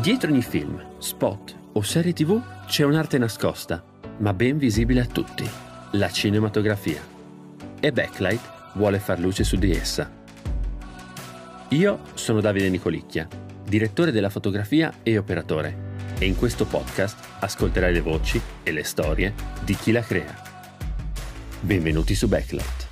Dietro ogni film, spot o serie TV c'è un'arte nascosta, ma ben visibile a tutti: la cinematografia. E Backlight vuole far luce su di essa. Io sono Davide Nicolicchia, direttore della fotografia e operatore, e in questo podcast ascolterai le voci e le storie di chi la crea. Benvenuti su Backlight.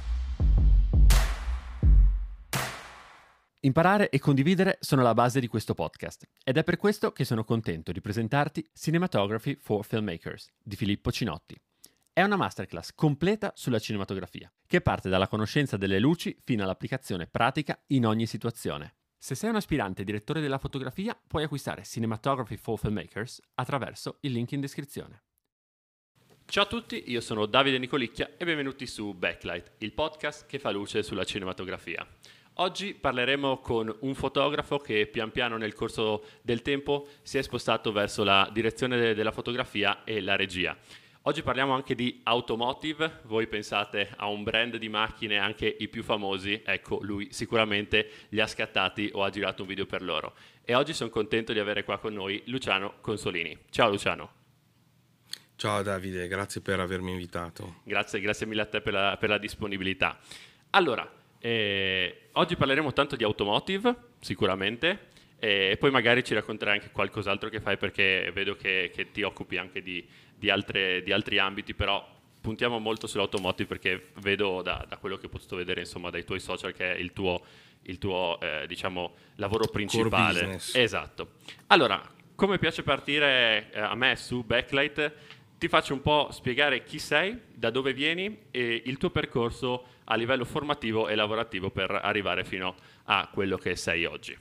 Imparare e condividere sono la base di questo podcast ed è per questo che sono contento di presentarti Cinematography for Filmmakers di Filippo Cinotti. È una masterclass completa sulla cinematografia, che parte dalla conoscenza delle luci fino all'applicazione pratica in ogni situazione. Se sei un aspirante direttore della fotografia, puoi acquistare Cinematography for Filmmakers attraverso il link in descrizione. Ciao a tutti, io sono Davide Nicolicchia e benvenuti su Backlight, il podcast che fa luce sulla cinematografia. Oggi parleremo con un fotografo che pian piano nel corso del tempo si è spostato verso la direzione della fotografia e la regia. Oggi parliamo anche di automotive. Voi pensate a un brand di macchine, anche i più famosi, ecco, lui sicuramente li ha scattati o ha girato un video per loro. E oggi sono contento di avere qua con noi Luciano Consolini. Ciao Luciano. Ciao Davide, grazie per avermi invitato. Grazie mille a te per la disponibilità. Allora, oggi parleremo tanto di automotive, sicuramente, e poi magari ci racconterai anche qualcos'altro che fai, perché vedo che ti occupi anche di altri ambiti, però puntiamo molto sull'automotive perché vedo da quello che ho potuto vedere, insomma, dai tuoi social, che è il tuo diciamo lavoro principale. Core business. Esatto. Allora, come piace partire a me su Backlight, ti faccio un po' spiegare chi sei, da dove vieni e il tuo percorso a livello formativo e lavorativo per arrivare fino a quello che sei oggi.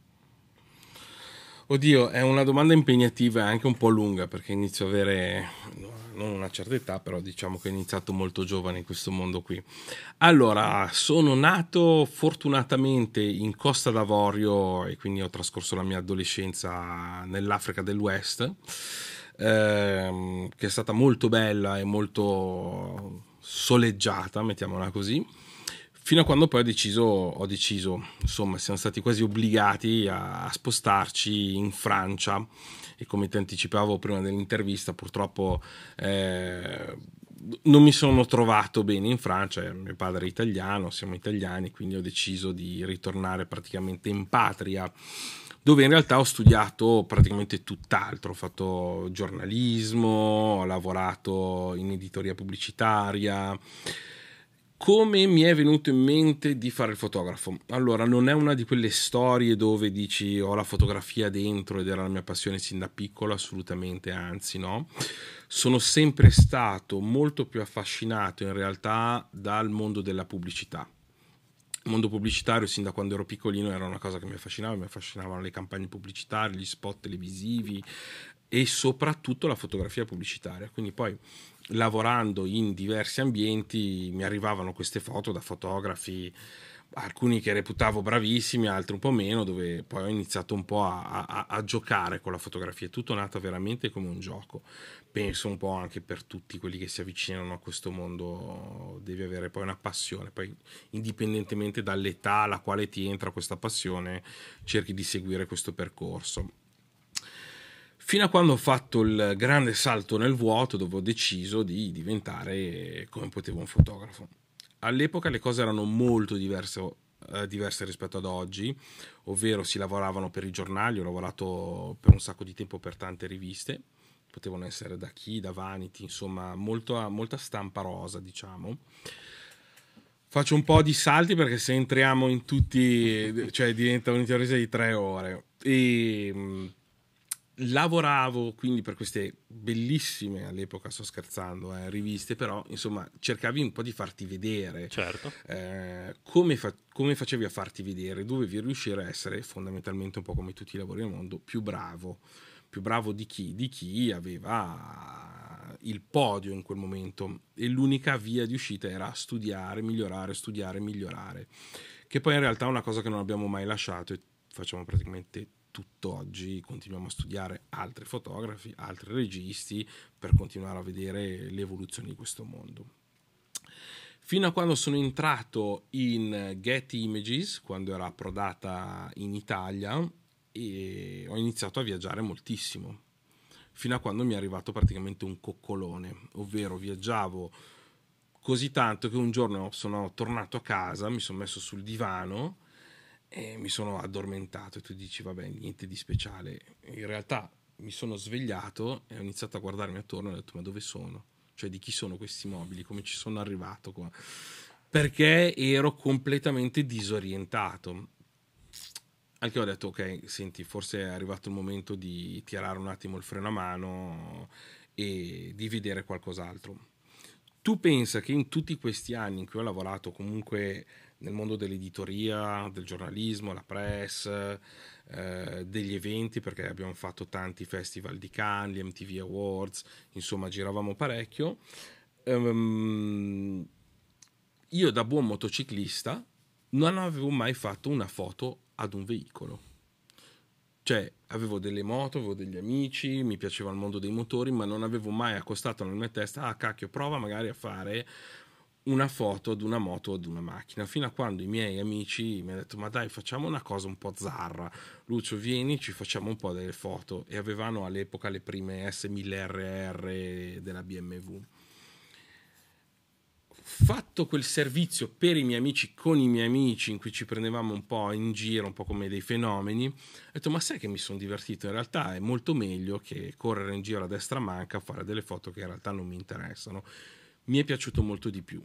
Oddio, è una domanda impegnativa e anche un po' lunga, perché inizio a avere non una certa età, però diciamo che ho iniziato molto giovane in questo mondo qui. Allora, sono nato fortunatamente in Costa d'Avorio e quindi ho trascorso la mia adolescenza nell'Africa dell'Ouest, che è stata molto bella e molto soleggiata, mettiamola così, fino a quando poi ho deciso, insomma, siamo stati quasi obbligati a spostarci in Francia, e come ti anticipavo prima dell'intervista, purtroppo non mi sono trovato bene in Francia. Mio padre è italiano, siamo italiani, quindi ho deciso di ritornare praticamente in patria, dove in realtà ho studiato praticamente tutt'altro. Ho fatto giornalismo, ho lavorato in editoria pubblicitaria. Come mi è venuto in mente di fare il fotografo? Allora, non è una di quelle storie dove dici ho la fotografia dentro ed era la mia passione sin da piccolo, assolutamente, anzi no. Sono sempre stato molto più affascinato in realtà dal mondo della pubblicità. Il mondo pubblicitario sin da quando ero piccolino era una cosa che mi affascinavano le campagne pubblicitarie, gli spot televisivi e soprattutto la fotografia pubblicitaria. Quindi poi, lavorando in diversi ambienti, mi arrivavano queste foto da fotografi, alcuni che reputavo bravissimi, altri un po' meno, dove poi ho iniziato un po' a giocare con la fotografia. È tutto nato veramente come un gioco. Penso un po' anche per tutti quelli che si avvicinano a questo mondo, devi avere poi una passione. Poi, indipendentemente dall'età alla quale ti entra questa passione, cerchi di seguire questo percorso. Fino a quando ho fatto il grande salto nel vuoto, dove ho deciso di diventare come potevo un fotografo. All'epoca le cose erano molto diverse rispetto ad oggi, ovvero si lavoravano per i giornali. Ho lavorato per un sacco di tempo per tante riviste, potevano essere da Chi, da Vanity, insomma molta stampa rosa, diciamo. Faccio un po' di salti perché se entriamo in tutti, cioè diventa un'intervista di 3 ore. E lavoravo quindi per queste bellissime, all'epoca sto scherzando, riviste, però insomma cercavi un po' di farti vedere. Certo. Come facevi a farti vedere? Dovevi riuscire a essere fondamentalmente, un po' come tutti i lavori nel mondo, più bravo di chi aveva il podio in quel momento, e l'unica via di uscita era studiare, migliorare, che poi in realtà è una cosa che non abbiamo mai lasciato e facciamo praticamente tutt'oggi. Continuiamo a studiare altri fotografi, altri registi, per continuare a vedere l'evoluzione di questo mondo. Fino a quando sono entrato in Getty Images, quando era approdata in Italia, e ho iniziato a viaggiare moltissimo, fino a quando mi è arrivato praticamente un coccolone, ovvero viaggiavo così tanto che un giorno sono tornato a casa, mi sono messo sul divano e mi sono addormentato, e tu dici vabbè, niente di speciale. In realtà mi sono svegliato e ho iniziato a guardarmi attorno e ho detto ma dove sono? Cioè di chi sono questi mobili? Come ci sono arrivato qua? Perché ero completamente disorientato. Anche ho detto ok, senti, forse è arrivato il momento di tirare un attimo il freno a mano e di vedere qualcos'altro. Tu pensa che in tutti questi anni in cui ho lavorato comunque nel mondo dell'editoria, del giornalismo, la press, degli eventi, perché abbiamo fatto tanti festival di Cannes, gli MTV Awards, insomma giravamo parecchio, io da buon motociclista non avevo mai fatto una foto ad un veicolo. Cioè, avevo delle moto, avevo degli amici, mi piaceva il mondo dei motori, ma non avevo mai accostato nella mia testa, ah cacchio, prova magari a fare una foto ad una moto o ad una macchina, fino a quando i miei amici mi hanno detto, ma dai, facciamo una cosa un po' zarra, Lucio, vieni, ci facciamo un po' delle foto, e avevano all'epoca le prime S1000RR della BMW. Fatto quel servizio per i miei amici, con i miei amici, in cui ci prendevamo un po' in giro, un po' come dei fenomeni, ho detto ma sai che mi sono divertito, in realtà è molto meglio che correre in giro a destra manca a fare delle foto che in realtà non mi interessano. Mi è piaciuto molto di più.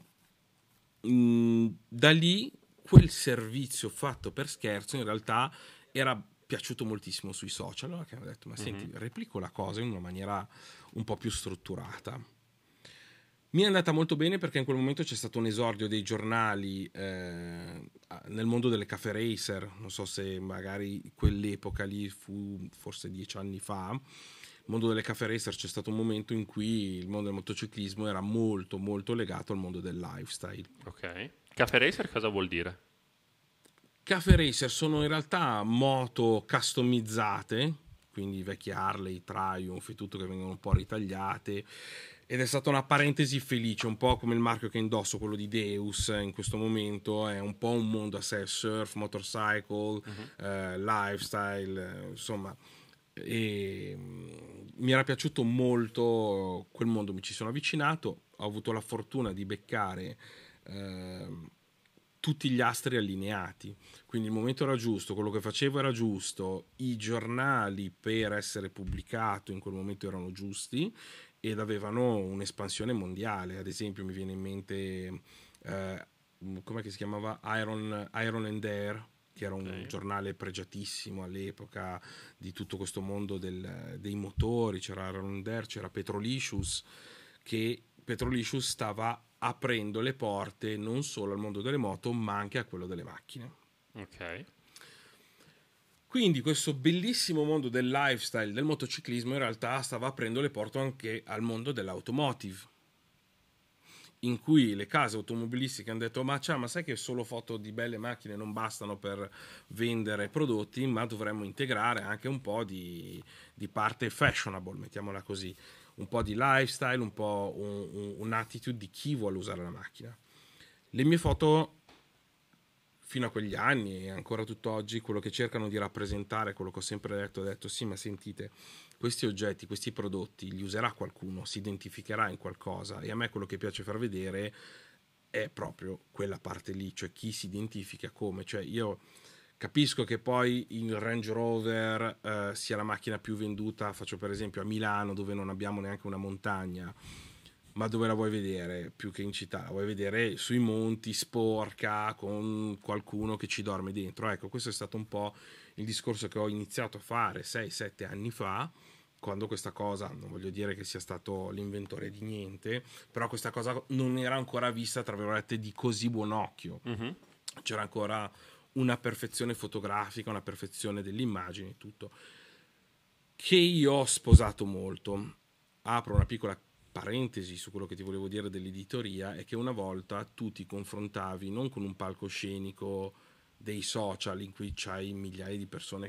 Da lì quel servizio fatto per scherzo in realtà era piaciuto moltissimo sui social, allora che ho detto ma senti, replico la cosa in una maniera un po' più strutturata. Mi è andata molto bene perché in quel momento c'è stato un esordio dei giornali nel mondo delle cafe racer, non so se magari quell'epoca lì fu forse 10 anni fa. Il mondo delle cafe racer, c'è stato un momento in cui il mondo del motociclismo era molto molto legato al mondo del lifestyle. Ok. Cafe Racer cosa vuol dire? Cafe racer sono in realtà moto customizzate, quindi vecchie Harley, Triumph e tutto, che vengono un po' ritagliate, ed è stata una parentesi felice, un po' come il marchio che indosso, quello di Deus in questo momento, è un po' un mondo a sé, surf, motorcycle, lifestyle, insomma. E mi era piaciuto molto quel mondo, mi ci sono avvicinato, ho avuto la fortuna di beccare tutti gli astri allineati, quindi il momento era giusto, quello che facevo era giusto, i giornali per essere pubblicato in quel momento erano giusti ed avevano un'espansione mondiale. Ad esempio mi viene in mente come si chiamava, Iron and Air, che era un Ok. giornale pregiatissimo all'epoca di tutto questo mondo dei motori. C'era Iron and Air, c'era Petrolicious, che Petrolicious stava aprendo le porte non solo al mondo delle moto ma anche a quello delle macchine. Ok. Quindi questo bellissimo mondo del lifestyle, del motociclismo, in realtà stava aprendo le porte anche al mondo dell'automotive, in cui le case automobilistiche hanno detto ma sai che solo foto di belle macchine non bastano per vendere prodotti, ma dovremmo integrare anche un po' di parte fashionable, mettiamola così, un po' di lifestyle, un po' un'attitude di chi vuole usare la macchina. Le mie foto fino a quegli anni e ancora tutt'oggi quello che cercano di rappresentare, quello che ho sempre detto, ho detto sì, ma sentite, questi oggetti, questi prodotti li userà qualcuno, si identificherà in qualcosa, e a me quello che piace far vedere è proprio quella parte lì, cioè chi si identifica come. Cioè io capisco che poi il Range Rover sia la macchina più venduta, faccio per esempio a Milano, dove non abbiamo neanche una montagna, ma dove la vuoi vedere più che in città? La vuoi vedere sui monti, sporca, con qualcuno che ci dorme dentro. Ecco, questo è stato un po' il discorso che ho iniziato a fare 6-7 anni fa, quando questa cosa, non voglio dire che sia stato l'inventore di niente, però questa cosa non era ancora vista, tra virgolette, di così buon occhio. Mhm. C'era ancora una perfezione fotografica, una perfezione dell'immagine e tutto, che io ho sposato molto. Apro una piccola parentesi su quello che ti volevo dire dell'editoria, è che una volta tu ti confrontavi non con un palcoscenico dei social in cui c'hai migliaia di persone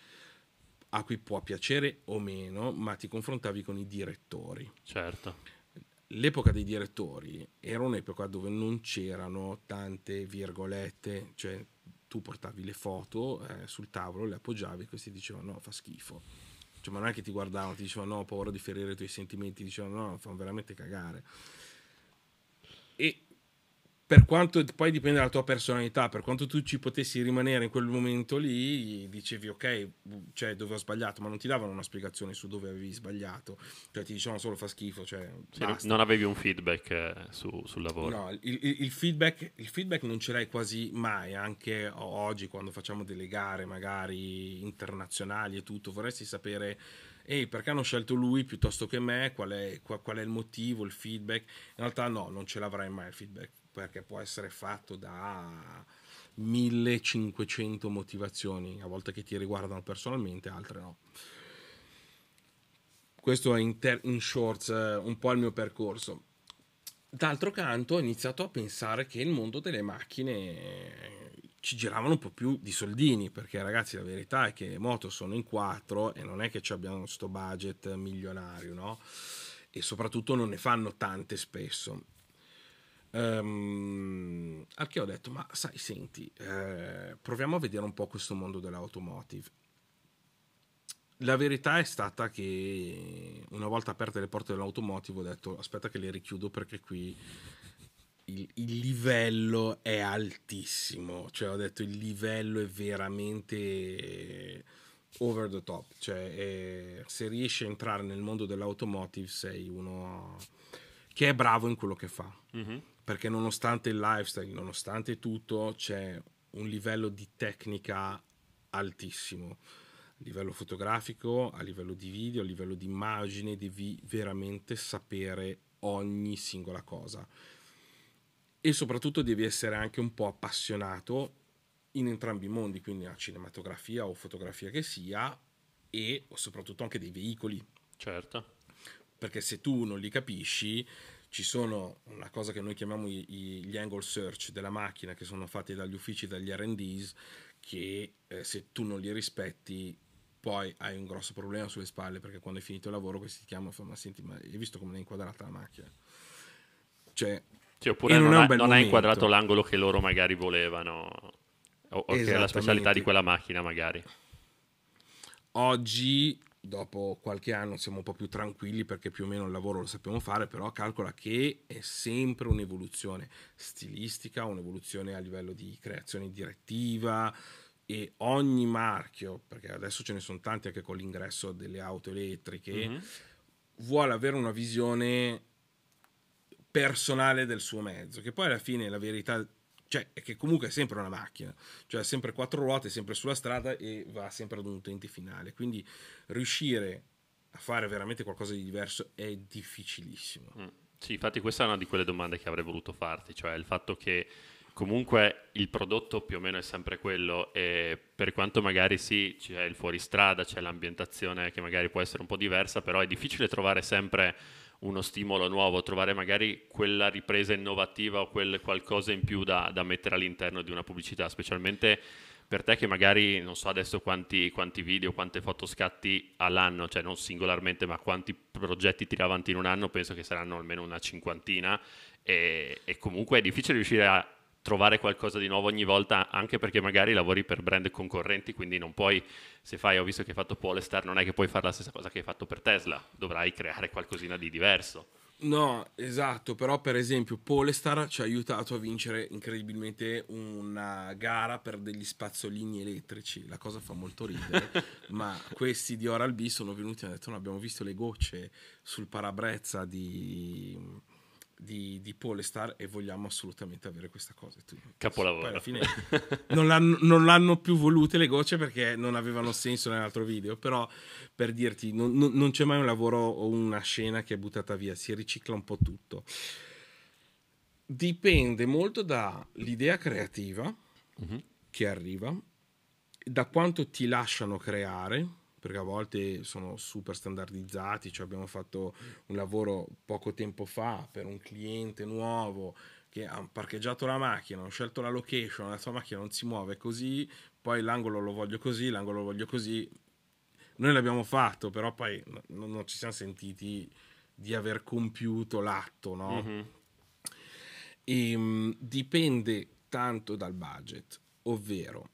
a cui può piacere o meno, ma ti confrontavi con i direttori. Certo. L'epoca dei direttori era un'epoca dove non c'erano tante virgolette, cioè tu portavi le foto sul tavolo, le appoggiavi e questi dicevano no, fa schifo. Cioè, ma non è che ti guardavano, ti dicevano no, ho paura di ferire i tuoi sentimenti, dicevano no, fanno veramente cagare. E per quanto poi dipende dalla tua personalità, per quanto tu ci potessi rimanere in quel momento lì, dicevi ok, cioè dove ho sbagliato, ma non ti davano una spiegazione su dove avevi sbagliato, cioè ti dicevano solo fa schifo, cioè Sì, basta. non avevi un feedback sul lavoro. No, il feedback non ce l'hai quasi mai, anche oggi quando facciamo delle gare magari internazionali e tutto, vorresti sapere ehi, perché hanno scelto lui piuttosto che me, qual è il motivo, il feedback. In realtà no, non ce l'avrai mai il feedback, perché può essere fatto da 1500 motivazioni, a volte che ti riguardano personalmente, altre no. Questo è in shorts un po' il mio percorso. D'altro canto ho iniziato a pensare che il mondo delle macchine ci giravano un po' più di soldini, perché ragazzi la verità è che le moto sono in 4 e non è che ci abbiamo sto budget milionario, no? E soprattutto non ne fanno tante spesso. Al che ho detto, ma sai, senti, proviamo a vedere un po' questo mondo dell'automotive. La verità è stata che una volta aperte le porte dell'automotive ho detto aspetta che le richiudo perché qui il livello è altissimo, cioè ho detto il livello è veramente over the top, cioè se riesci a entrare nel mondo dell'automotive sei uno che è bravo in quello che fa, perché nonostante il lifestyle, nonostante tutto c'è un livello di tecnica altissimo. A livello fotografico, a livello di video, a livello di immagine, devi veramente sapere ogni singola cosa. E soprattutto devi essere anche un po' appassionato in entrambi i mondi, quindi la cinematografia o fotografia che sia, e soprattutto anche dei veicoli. Certo. Perché se tu non li capisci, ci sono una cosa che noi chiamiamo gli angle search della macchina, che sono fatti dagli uffici, dagli R&Ds, che se tu non li rispetti poi hai un grosso problema sulle spalle, perché quando hai finito il lavoro questi ti chiamano e fanno ma senti, ma hai visto come è inquadrata la macchina? Cioè, Sì, oppure e non è un bel non ha inquadrato momento. l'angolo che loro magari volevano, o che è la specialità di Esattamente. quella macchina magari. Oggi, dopo qualche anno, siamo un po' più tranquilli perché più o meno il lavoro lo sappiamo fare, però calcola che è sempre un'evoluzione stilistica, un'evoluzione a livello di creazione direttiva, e ogni marchio, perché adesso ce ne sono tanti anche con l'ingresso delle auto elettriche, vuole avere una visione personale del suo mezzo, che poi alla fine la verità, cioè, è che comunque è sempre una macchina, cioè ha sempre quattro ruote, è sempre sulla strada e va sempre ad un utente finale, quindi riuscire a fare veramente qualcosa di diverso è difficilissimo. Sì, infatti questa è una di quelle domande che avrei voluto farti, cioè il fatto che comunque il prodotto più o meno è sempre quello e per quanto magari sì, c'è il fuoristrada, c'è l'ambientazione che magari può essere un po' diversa, però è difficile trovare sempre uno stimolo nuovo, trovare magari quella ripresa innovativa o quel qualcosa in più da mettere all'interno di una pubblicità, specialmente per te che magari non so adesso quanti video, quante foto scatti all'anno, cioè non singolarmente, ma quanti progetti tiri avanti in un anno, penso che saranno almeno una cinquantina e comunque è difficile riuscire a trovare qualcosa di nuovo ogni volta, anche perché magari lavori per brand concorrenti, quindi non puoi, se fai, ho visto che hai fatto Polestar, non è che puoi fare la stessa cosa che hai fatto per Tesla, dovrai creare qualcosina di diverso. No, esatto, però per esempio Polestar ci ha aiutato a vincere incredibilmente una gara per degli spazzolini elettrici, la cosa fa molto ridere, ma questi di Oral-B sono venuti e hanno detto no, abbiamo visto le gocce sul parabrezza di Polestar e vogliamo assolutamente avere questa cosa. Poi alla Capolavoro. fine non l'hanno più volute le gocce perché non avevano senso nell'altro video, però per dirti non c'è mai un lavoro o una scena che è buttata via, si ricicla un po' tutto. Dipende molto dall'idea creativa che arriva, da quanto ti lasciano creare, perché a volte sono super standardizzati, cioè abbiamo fatto un lavoro poco tempo fa per un cliente nuovo che ha parcheggiato la macchina, ho scelto la location, la sua macchina non si muove così, poi l'angolo lo voglio così, l'angolo lo voglio così. Noi l'abbiamo fatto, però poi non ci siamo sentiti di aver compiuto l'atto, no? Mhm. Dipende tanto dal budget. ovvero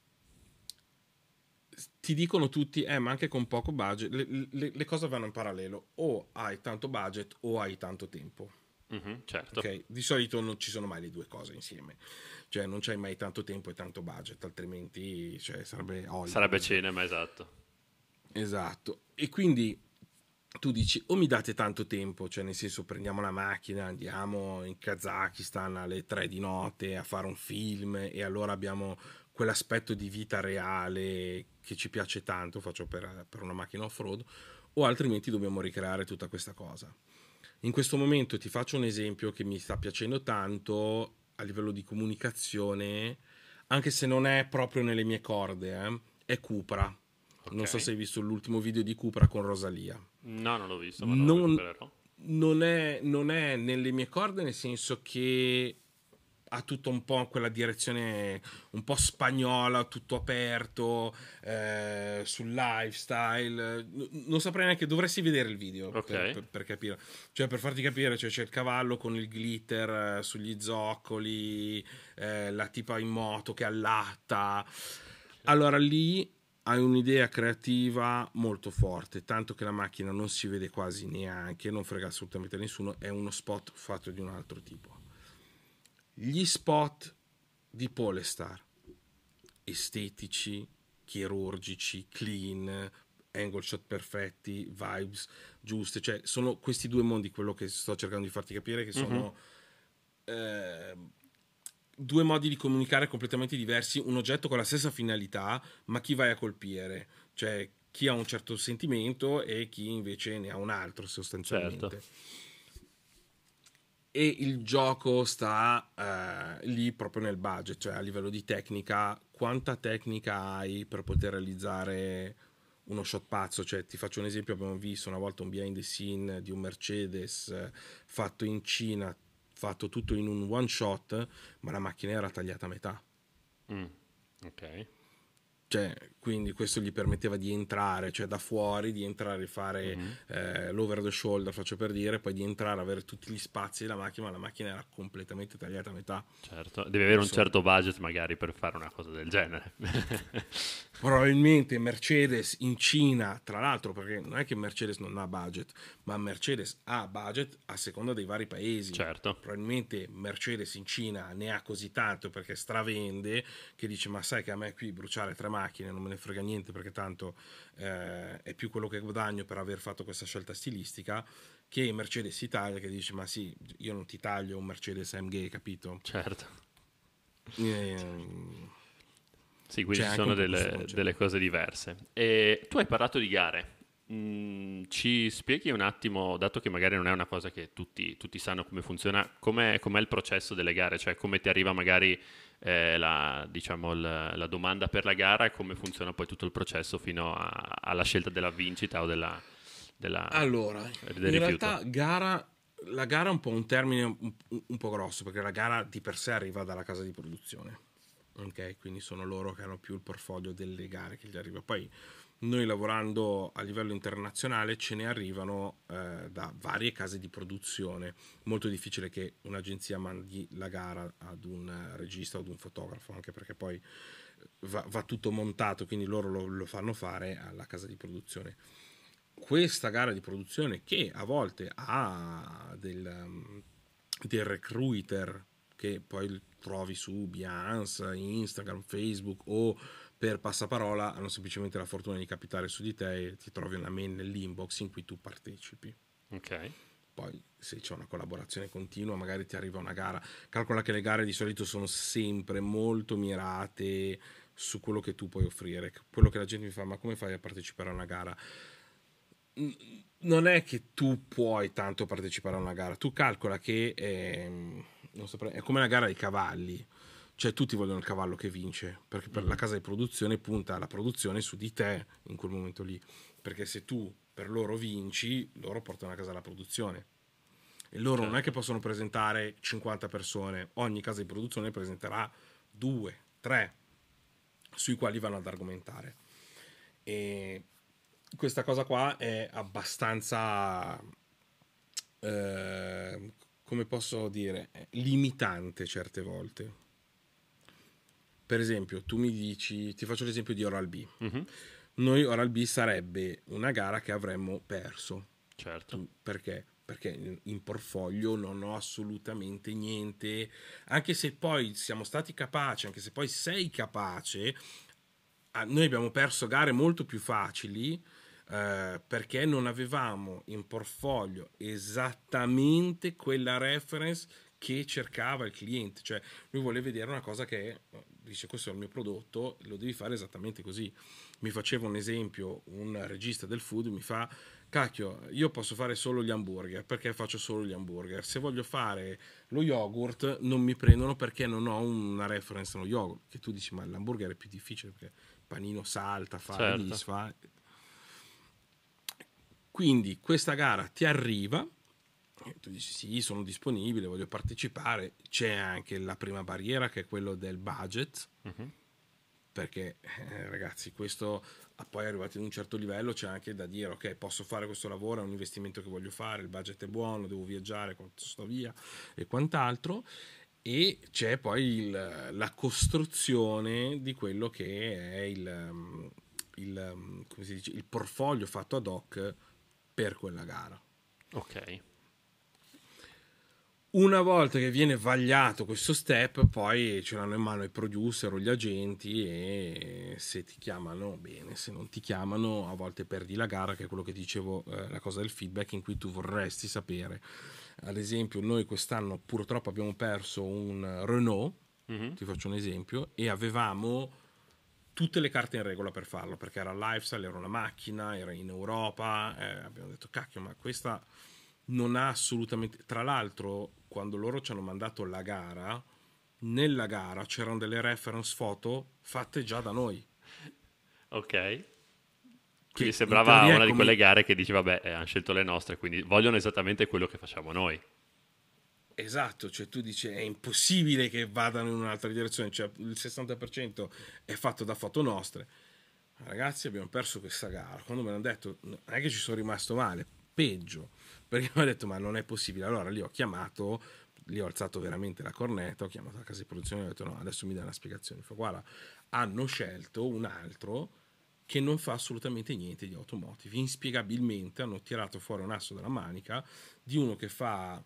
ti dicono tutti, ma anche con poco budget, le cose vanno in parallelo, o hai tanto budget o hai tanto tempo. Certo. Okay? Di solito non ci sono mai le due cose insieme, cioè non c'hai mai tanto tempo e tanto budget, altrimenti sarebbe Hollywood. Sarebbe cinema, esatto. Esatto, e quindi tu dici o mi date tanto tempo, cioè nel senso prendiamo la macchina, andiamo in Kazakistan alle 3 di notte a fare un film e allora abbiamo quell'aspetto di vita reale che ci piace tanto, faccio per una macchina off-road, o altrimenti dobbiamo ricreare tutta questa cosa. In questo momento ti faccio un esempio che mi sta piacendo tanto a livello di comunicazione, anche se non è proprio nelle mie corde, è Cupra. Okay. Non so se hai visto l'ultimo video di Cupra con Rosalia. No, non l'ho visto, ma lo recupererò. Non è nelle mie corde, nel senso che ha tutto un po' quella direzione un po' spagnola, tutto aperto, sul lifestyle. Non saprei neanche, dovresti vedere il video per capire. Cioè, per farti capire, c'è il cavallo con il glitter sugli zoccoli, la tipa in moto che allatta. Allora lì hai un'idea creativa molto forte, tanto che la macchina non si vede quasi neanche, non frega assolutamente a nessuno, è uno spot fatto di un altro tipo. Gli spot di Polestar, estetici, chirurgici, clean, angle shot perfetti, vibes giuste, cioè sono questi due mondi quello che sto cercando di farti capire, che sono due modi di comunicare completamente diversi, un oggetto con la stessa finalità, ma chi vai a colpire, cioè chi ha un certo sentimento e chi invece ne ha un altro sostanzialmente. Certo. E il gioco sta lì proprio nel budget, cioè a livello di tecnica, quanta tecnica hai per poter realizzare uno shot pazzo. Cioè, ti faccio un esempio: abbiamo visto una volta un behind the scene di un Mercedes fatto in Cina, fatto tutto in un one shot, ma la macchina era tagliata a metà. Ok. Cioè, quindi questo gli permetteva di entrare, cioè da fuori, di entrare e fare l'over the shoulder, faccio per dire, poi di entrare, avere tutti gli spazi della macchina, ma la macchina era completamente tagliata a metà. Certo, devi avere un certo budget magari per fare una cosa del genere. Probabilmente Mercedes in Cina, tra l'altro, perché non è che Mercedes non ha budget, ma Mercedes ha budget a seconda dei vari paesi. Certo. Probabilmente Mercedes in Cina ne ha così tanto perché stravende, che dice: ma sai che a me qui bruciare 3 macchine non me ne frega niente, perché tanto è più quello che guadagno per aver fatto questa scelta stilistica, che Mercedes Italia, che dice: ma sì, io non ti taglio un Mercedes AMG, capito? Certo. Sì, quindi ci C'è sono anche un po' questo concetto. delle cose diverse. E tu hai parlato di gare. Ci spieghi un attimo, dato che magari non è una cosa che tutti sanno come funziona, com'è il processo delle gare? Cioè come ti arriva magari diciamo, la domanda per la gara e come funziona poi tutto il processo fino alla scelta della vincita o Allora, del in rifiuto? realtà la gara è un po' un termine un po' grosso, perché la gara di per sé arriva dalla casa di produzione. Ok, quindi sono loro che hanno più il portfolio delle gare che gli arriva. Poi noi, lavorando a livello internazionale, ce ne arrivano da varie case di produzione. Molto difficile che un'agenzia mandi la gara ad un regista o ad un fotografo, anche perché poi va tutto montato, quindi loro lo fanno fare alla casa di produzione. Questa gara di produzione, che a volte ha del recruiter che poi trovi su Behance, Instagram, Facebook, o per passaparola, hanno semplicemente la fortuna di capitare su di te e ti trovi una mail nell'inbox in cui tu partecipi. Ok. Poi se c'è una collaborazione continua magari ti arriva una gara. Calcola che le gare di solito sono sempre molto mirate su quello che tu puoi offrire. Quello che la gente mi fa: ma come fai a partecipare a una gara? Non è che tu puoi tanto partecipare a una gara, tu calcola che non saprei, è come una gara dei cavalli, cioè tutti vogliono il cavallo che vince, perché per la casa di produzione punta la produzione su di te in quel momento lì, perché se tu per loro vinci, loro portano a casa la produzione e loro non è che possono presentare 50 persone, ogni casa di produzione presenterà 2, 3 sui quali vanno ad argomentare. E questa cosa qua è abbastanza come posso dire, limitante certe volte. per esempio, tu mi dici, ti faccio l'esempio di Oral-B. Mhm. Noi Oral-B sarebbe una gara che avremmo perso. Certo. Perché? Perché in portfolio non ho assolutamente niente, anche se poi siamo stati capaci, anche se poi sei capace, noi abbiamo perso gare molto più facili perché non avevamo in portfolio esattamente quella reference che cercava il cliente, cioè lui vuole vedere una cosa che dice questo è il mio prodotto, lo devi fare esattamente così. Mi faceva un esempio un regista del food, mi fa cacchio, io posso fare solo gli hamburger perché faccio solo gli hamburger, se voglio fare lo yogurt non mi prendono perché non ho una reference nello yogurt, che tu dici ma l'hamburger è più difficile perché il panino salta, fa e Certo. disfa. Quindi questa gara ti arriva, tu dici sì, sono disponibile, voglio partecipare, c'è anche la prima barriera che è quello del budget, Mhm. perché ragazzi questo poi arrivati ad un certo livello c'è anche da dire ok, posso fare questo lavoro, è un investimento che voglio fare, il budget è buono, devo viaggiare quando sto via e quant'altro, e c'è poi la costruzione di quello che è come si dice, il portfolio fatto ad hoc per quella gara. Ok. Una volta che viene vagliato questo step, poi ce l'hanno in mano i producer o gli agenti e se ti chiamano bene, se non ti chiamano a volte perdi la gara, che è quello che dicevo, la cosa del feedback in cui tu vorresti sapere. Ad esempio noi quest'anno purtroppo abbiamo perso un Renault, Mhm. ti faccio un esempio, e avevamo tutte le carte in regola per farlo, perché era lifestyle, era una macchina, era in Europa, abbiamo detto cacchio, ma questa non ha assolutamente... Tra l'altro, quando loro ci hanno mandato la gara, nella gara c'erano delle reference foto fatte già da noi, Ok. Quindi che in sembrava teoria è una di quelle come... gare che dici, vabbè, hanno scelto le nostre, quindi vogliono esattamente quello che facciamo noi. Esatto, cioè tu dici è impossibile che vadano in un'altra direzione, cioè il 60% è fatto da foto nostre. Ragazzi, abbiamo perso questa gara. Quando me l'hanno detto, non è che ci sono rimasto male, peggio, perché mi hanno detto ma non è possibile. Allora lì ho chiamato, lì ho alzato veramente la cornetta, ho chiamato la casa di produzione e ho detto no, adesso mi dai una spiegazione. Fa guarda, hanno scelto un altro che non fa assolutamente niente di automotive. Inspiegabilmente hanno tirato fuori un asso dalla manica di uno che fa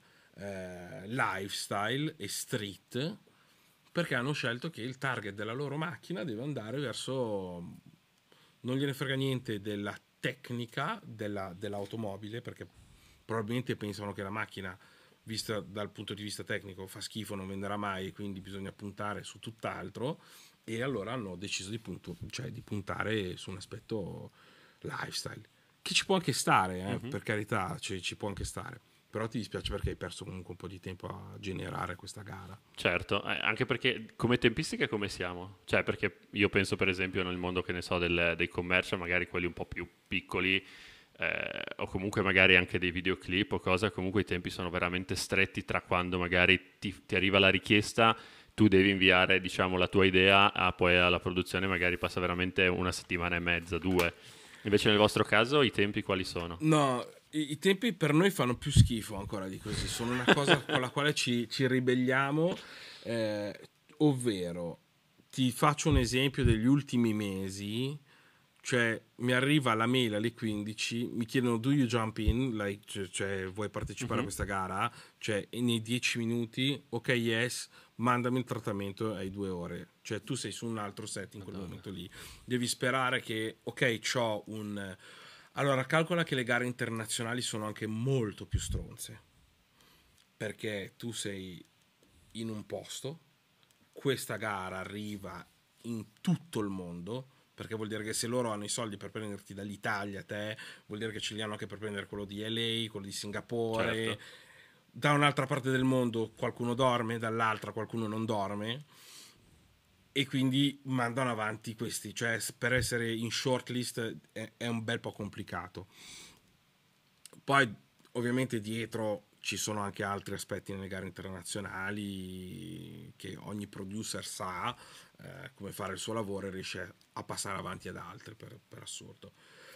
lifestyle e street, perché hanno scelto che il target della loro macchina deve andare verso, non gliene frega niente della tecnica dell'automobile, perché probabilmente pensano che la macchina vista dal punto di vista tecnico fa schifo, non venderà mai, quindi bisogna puntare su tutt'altro, e allora hanno deciso di puntare su un aspetto lifestyle, che ci può anche stare, Mhm. per carità, ci può anche stare, però ti dispiace perché hai perso comunque un po' di tempo a generare questa gara. Certo, anche perché come tempistiche come siamo? Cioè, perché io penso per esempio nel mondo che ne so dei commercial, magari quelli un po' più piccoli, o comunque magari anche dei videoclip o cosa, comunque i tempi sono veramente stretti tra quando magari ti arriva la richiesta, tu devi inviare, diciamo, la tua idea, poi alla produzione magari passa veramente una settimana e mezza, due. Invece nel vostro caso i tempi quali sono? No, i tempi per noi fanno più schifo ancora di così, sono una cosa con la quale ci ribelliamo, ovvero ti faccio un esempio degli ultimi mesi, cioè mi arriva la mail alle 15, mi chiedono do you jump in, like, cioè vuoi partecipare a Mhm. questa gara, cioè e nei 10 minuti, ok yes, mandami il trattamento ai 2 ore, cioè tu sei su un altro set in quel Madonna. momento lì, devi sperare che ok c'ho un... Allora calcola che le gare internazionali sono anche molto più stronze, perché tu sei in un posto, questa gara arriva in tutto il mondo, perché vuol dire che se loro hanno i soldi per prenderti dall'Italia, te, vuol dire che ce li hanno anche per prendere quello di LA, quello di Singapore. Certo. Da un'altra parte del mondo qualcuno dorme, dall'altra qualcuno non dorme, e quindi mandano avanti questi, cioè per essere in shortlist è un bel po' complicato. Poi ovviamente dietro ci sono anche altri aspetti nelle gare internazionali che ogni producer sa come fare il suo lavoro e riesce a passare avanti ad altri per assurdo.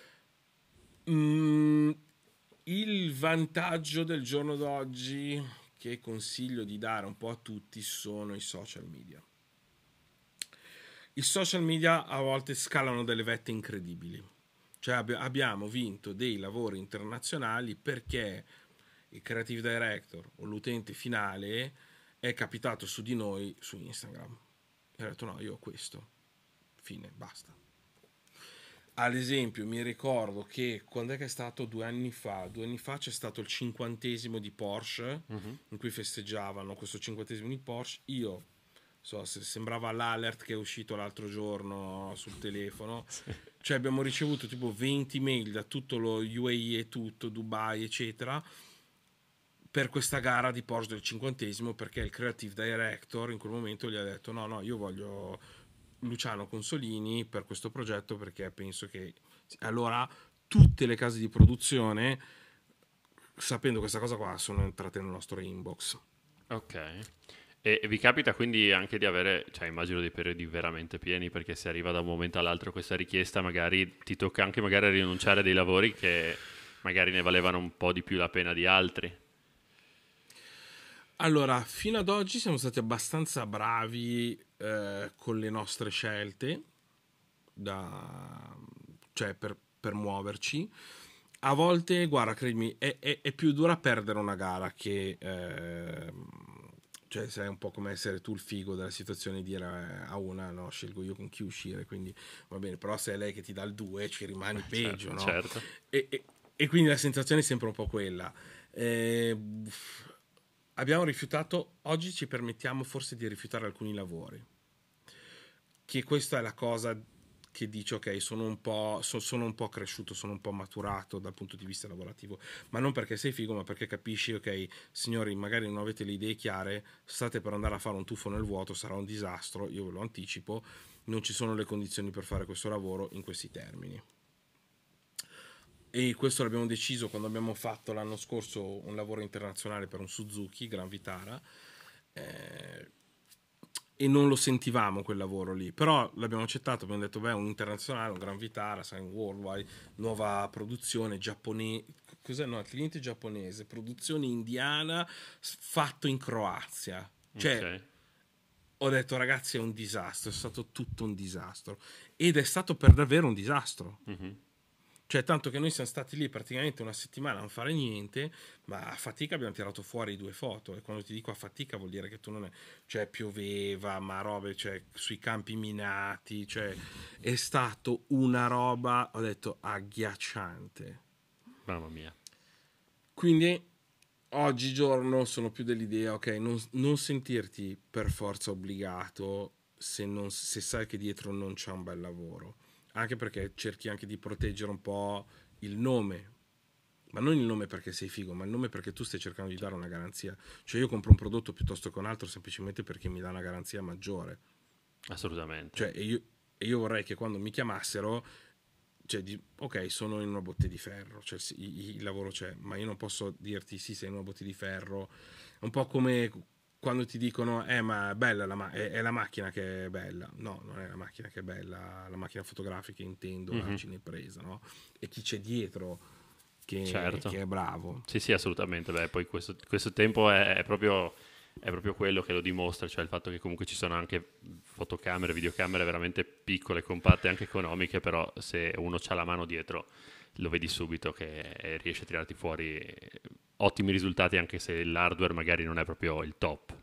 Mm, il vantaggio del giorno d'oggi che consiglio di dare un po' a tutti sono i social media. I social media a volte scalano delle vette incredibili. Cioè abbiamo vinto dei lavori internazionali perché il creative director o l'utente finale è capitato su di noi su Instagram e ha detto no, io ho questo, fine, basta. Ad esempio mi ricordo che quando è che è stato 2 anni fa c'è stato il 50° di Porsche, in cui festeggiavano questo 50° di Porsche. Io sembrava l'alert che è uscito l'altro giorno sul telefono. Cioè abbiamo ricevuto tipo 20 mail da tutto lo UAE e tutto, Dubai eccetera, per questa gara di Porsche del 50°, perché il creative director in quel momento gli ha detto no, io voglio Luciano Consolini per questo progetto, perché penso che allora tutte le case di produzione, sapendo questa cosa qua, sono entrate nel nostro inbox. Ok. E vi capita quindi anche di avere, cioè immagino dei periodi veramente pieni, perché se arriva da un momento all'altro questa richiesta, magari ti tocca anche magari rinunciare a dei lavori che magari ne valevano un po' di più la pena di altri. Allora, fino ad oggi siamo stati abbastanza bravi con le nostre scelte, cioè per muoverci. A volte, guarda, credimi, è più dura perdere una gara che... cioè, sei un po' come essere tu il figo della situazione e dire a una, no, scelgo io con chi uscire, quindi va bene, però se è lei che ti dà il 2 ci rimani peggio, Certo, no? certo. E quindi la sensazione è sempre un po' quella. Eh, Abbiamo rifiutato, oggi ci permettiamo forse di rifiutare alcuni lavori, che questa è la cosa che dice ok, sono un po' cresciuto, sono un po' maturato dal punto di vista lavorativo, ma non perché sei figo, ma perché capisci ok, signori, magari non avete le idee chiare, state per andare a fare un tuffo nel vuoto, sarà un disastro, io ve lo anticipo, non ci sono le condizioni per fare questo lavoro in questi termini. E questo l'abbiamo deciso quando abbiamo fatto l'anno scorso un lavoro internazionale per un Suzuki Gran Vitara, eh, e non lo sentivamo quel lavoro lì, però l'abbiamo accettato, abbiamo detto beh, un internazionale, un Gran Vitara, sai, un worldwide, nuova produzione giapponese, cos'è, no, cliente giapponese, produzione indiana, fatto in Croazia, cioè Ok. ho detto ragazzi è un disastro, è stato tutto un disastro ed è stato per davvero un disastro. Mhm. Cioè, tanto che noi siamo stati lì praticamente una settimana a non fare niente, ma a fatica abbiamo tirato fuori 2 foto. E quando ti dico a fatica vuol dire che tu non è... Cioè, pioveva, ma robe, cioè, sui campi minati, cioè, è stato una roba, ho detto, agghiacciante. Mamma mia. Quindi, oggigiorno sono più dell'idea, ok, non sentirti per forza obbligato se sai che dietro non c'è un bel lavoro. Anche perché cerchi anche di proteggere un po' il nome, ma non il nome perché sei figo, ma il nome perché tu stai cercando di dare una garanzia. Cioè io compro un prodotto piuttosto che un altro semplicemente perché mi dà una garanzia maggiore. Assolutamente. Cioè e io vorrei che quando mi chiamassero, cioè ok, sono in una botte di ferro, cioè il lavoro c'è, ma io non posso dirti sì, sei in una botte di ferro. È un po' come quando ti dicono ma è bella è la macchina che è bella. No, non è la macchina che è bella, la macchina fotografica intendo, la Mhm. cinepresa, no? E chi c'è dietro che Certo. è bravo. Sì, sì, assolutamente. Beh, poi questo tempo è proprio quello che lo dimostra, cioè il fatto che comunque ci sono anche fotocamere, videocamere veramente piccole, compatte, anche economiche, però se uno c'ha la mano dietro lo vedi subito che riesce a tirarti fuori ottimi risultati anche se l'hardware magari non è proprio il top.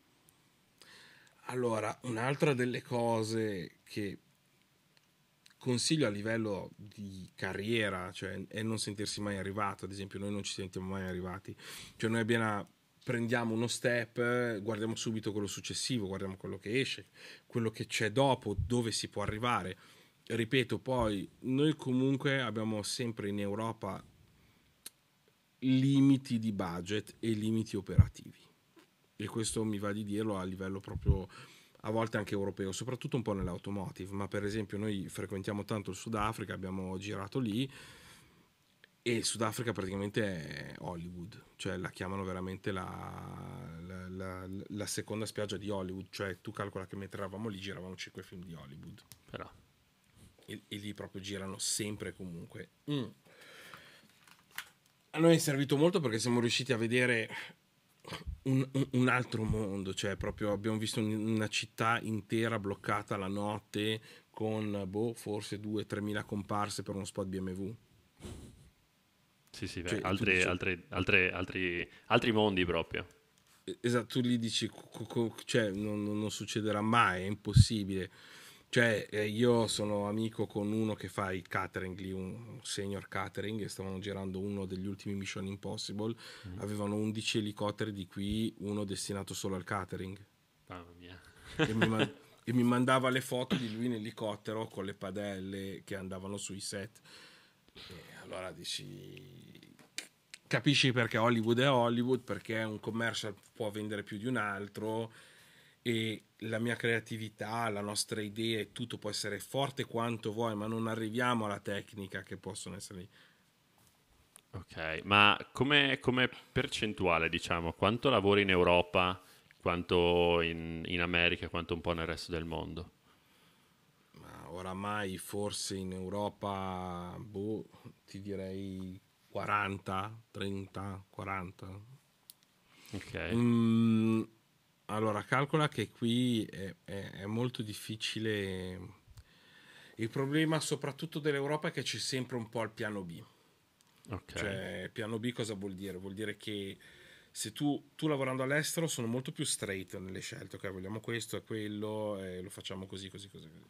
Allora, un'altra delle cose che consiglio a livello di carriera, cioè, è non sentirsi mai arrivato. Ad esempio, noi non ci sentiamo mai arrivati. Cioè, noi appena prendiamo uno step, guardiamo subito quello successivo, guardiamo quello che esce, quello che c'è dopo, dove si può arrivare. Ripeto, poi noi comunque abbiamo sempre in Europa limiti di budget e limiti operativi. E questo mi va di dirlo a livello proprio a volte anche europeo, soprattutto un po' nell'automotive, ma per esempio noi frequentiamo tanto il Sudafrica, abbiamo girato lì e il Sudafrica praticamente è Hollywood, cioè la chiamano veramente la seconda spiaggia di Hollywood, cioè tu calcola che mentre eravamo lì giravano 5 film di Hollywood Però, e lì proprio girano sempre e comunque. A noi è servito molto perché siamo riusciti a vedere un altro mondo, cioè proprio abbiamo visto una città intera bloccata la notte con forse 2-3 mila comparse per uno spot BMW. Sì, sì, beh, Cioè, tu dici, altri mondi proprio. esatto, tu gli dici, cioè, non succederà mai, è impossibile. Cioè, io sono amico con uno che fa il catering lì, un senior catering, e stavano girando uno degli ultimi Mission Impossible. Mm. Avevano 11 elicotteri, di cui uno destinato solo al catering. Mamma mia. E e mi mandava le foto di lui in elicottero con le padelle che andavano sui set. E allora dici, capisci perché Hollywood è Hollywood, perché un commercial può vendere più di un altro, e la mia creatività, la nostra idea e tutto può essere forte quanto vuoi, ma non arriviamo alla tecnica che possono essere lì. Ok, ma come percentuale, diciamo, quanto lavori in Europa, quanto in America, quanto un po' nel resto del mondo? Ma oramai forse in Europa, ti direi 40, 30, 40. Ok. Mm, allora, calcola che qui è molto difficile. Il problema soprattutto dell'Europa è che c'è sempre un po' il piano B. Ok, Cioè, piano B cosa vuol dire? Vuol dire che se tu lavorando all'estero sono molto più straight nelle scelte, ok, vogliamo questo e quello, e lo facciamo così, così, così, così.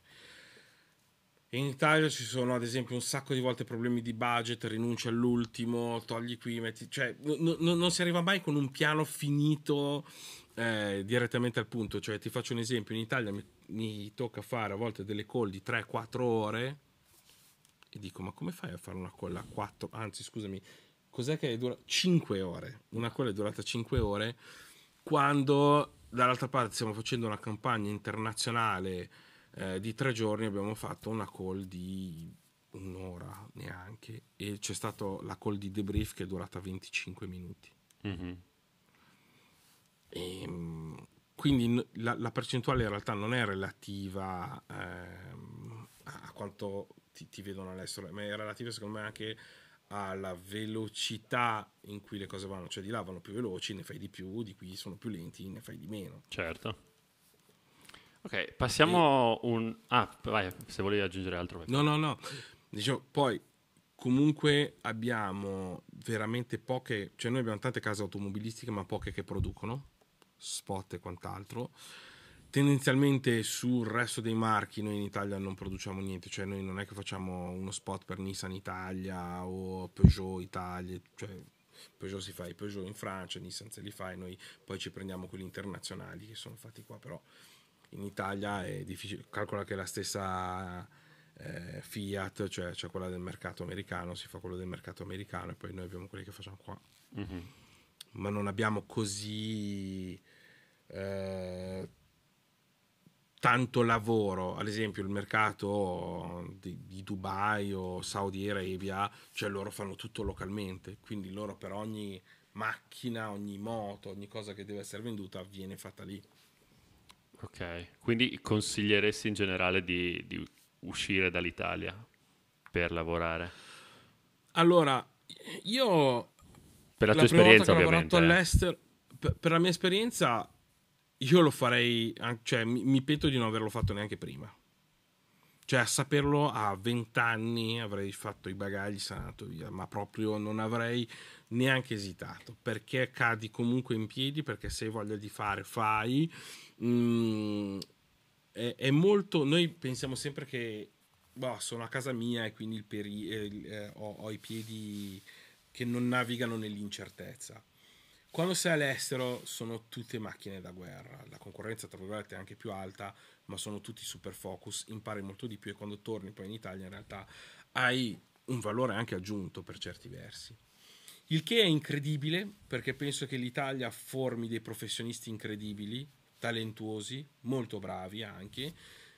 In Italia ci sono ad esempio un sacco di volte problemi di budget, rinunci all'ultimo, togli qui, metti, cioè non si arriva mai con un piano finito direttamente al punto. Cioè ti faccio un esempio, in Italia mi tocca fare a volte delle call di 3-4 ore e dico ma come fai a fare una call a 4, anzi scusami, cos'è che dura 5 ore? Una call è durata 5 ore quando dall'altra parte stiamo facendo una campagna internazionale di 3 giorni, abbiamo fatto una call di un'ora neanche, e c'è stata la call di debrief che è durata 25 minuti. mhm, E, quindi la percentuale in realtà non è relativa a quanto ti vedono all'estero, ma è relativa secondo me anche alla velocità in cui le cose vanno. Cioè di là vanno più veloci, ne fai di più, di qui sono più lenti, ne fai di meno. certo. Ok, E passiamo un... Ah, vai, se volevi aggiungere altro, vai no, pure. no, no. Dicevo, poi comunque abbiamo veramente poche, cioè noi abbiamo tante case automobilistiche, ma poche che producono spot e quant'altro. Tendenzialmente sul resto dei marchi noi in Italia non produciamo niente, cioè noi non è che facciamo uno spot per Nissan Italia o Peugeot Italia, cioè Peugeot si fa i Peugeot in Francia, Nissan se li fa, e noi poi ci prendiamo quelli internazionali che sono fatti qua, però in Italia è difficile. Calcola che la stessa Fiat, cioè quella del mercato americano, si fa quello del mercato americano e poi noi abbiamo quelli che facciamo qua. Mhm. Ma non abbiamo così eh, tanto lavoro. Ad esempio il mercato di Dubai o Saudi Arabia, cioè loro fanno tutto localmente, quindi loro per ogni macchina, ogni moto, ogni cosa che deve essere venduta viene fatta lì. Ok, quindi consiglieresti in generale di uscire dall'Italia per lavorare? Allora, io Per la tua la prima volta che esperienza, ho lavorato ovviamente. all'estero, per la mia esperienza, io lo farei, cioè mi pento di non averlo fatto neanche prima. Cioè, a saperlo a 20 anni avrei fatto i bagagli, sono andato via, ma proprio non avrei neanche esitato, perché cadi comunque in piedi, perché se hai voglia di fare, fai. Mm, è molto, noi pensiamo sempre che boh, sono a casa mia e quindi ho i piedi che non navigano nell'incertezza. Quando sei all'estero sono tutte macchine da guerra, la concorrenza tra virgolette è anche più alta, ma sono tutti super focus, impari molto di più, e quando torni poi in Italia in realtà hai un valore anche aggiunto per certi versi. Il che è incredibile, perché penso che l'Italia formi dei professionisti incredibili, talentuosi, molto bravi anche.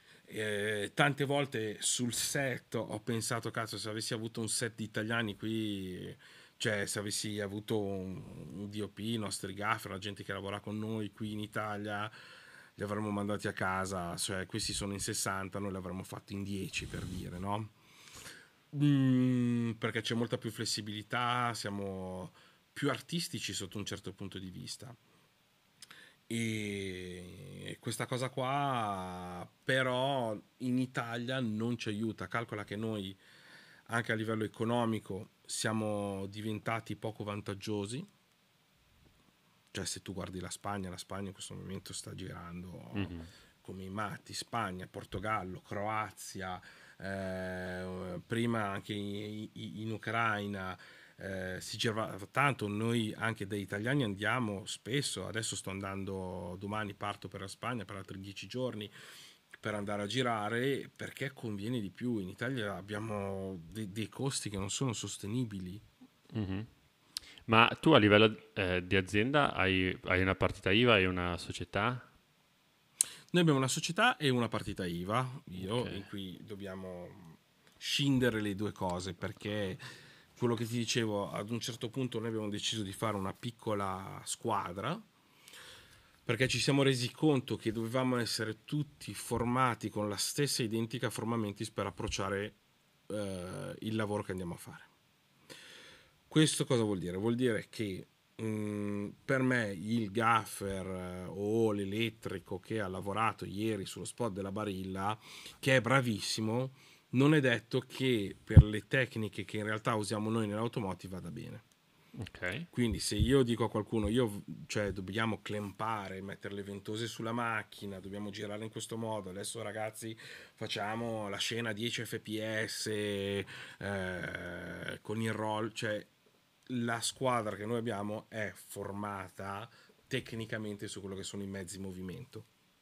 Tante volte sul set ho pensato, cazzo, se avessi avuto un set di italiani qui, cioè se avessi avuto un DOP, i nostri gaffer, la gente che lavora con noi qui in Italia, li avremmo mandati a casa. Cioè questi sono in 60, noi li avremmo fatti in 10, per dire, no? Perché c'è molta più flessibilità, siamo più artistici sotto un certo punto di vista. E questa cosa qua però in Italia non ci aiuta. Calcola che noi anche a livello economico siamo diventati poco vantaggiosi. Cioè se tu guardi la Spagna in questo momento sta girando Mhm. come i matti. Spagna, Portogallo, Croazia, prima anche in Ucraina, si girava tanto. Noi anche da italiani andiamo spesso. Adesso sto andando, domani parto per la Spagna per altri 10 giorni per andare a girare, perché conviene di più. In Italia abbiamo dei costi che non sono sostenibili. Mhm. Ma tu a livello di azienda hai una partita IVA, hai una società? Noi abbiamo una società e una partita IVA, Ok. io, in cui dobbiamo scindere le due cose, perché quello che ti dicevo, ad un certo punto noi abbiamo deciso di fare una piccola squadra, perché ci siamo resi conto che dovevamo essere tutti formati con la stessa identica forma mentis per approcciare il lavoro che andiamo a fare. Questo cosa vuol dire? Vuol dire che per me il gaffer o l'elettrico che ha lavorato ieri sullo spot della Barilla, che è bravissimo, non è detto che per le tecniche che in realtà usiamo noi nell'automotive vada bene. Ok. Quindi se io dico a qualcuno, cioè dobbiamo clampare, mettere le ventose sulla macchina, dobbiamo girare in questo modo, adesso ragazzi facciamo la scena 10 fps con il roll, cioè la squadra che noi abbiamo è formata tecnicamente su quello che sono i mezzi in movimento,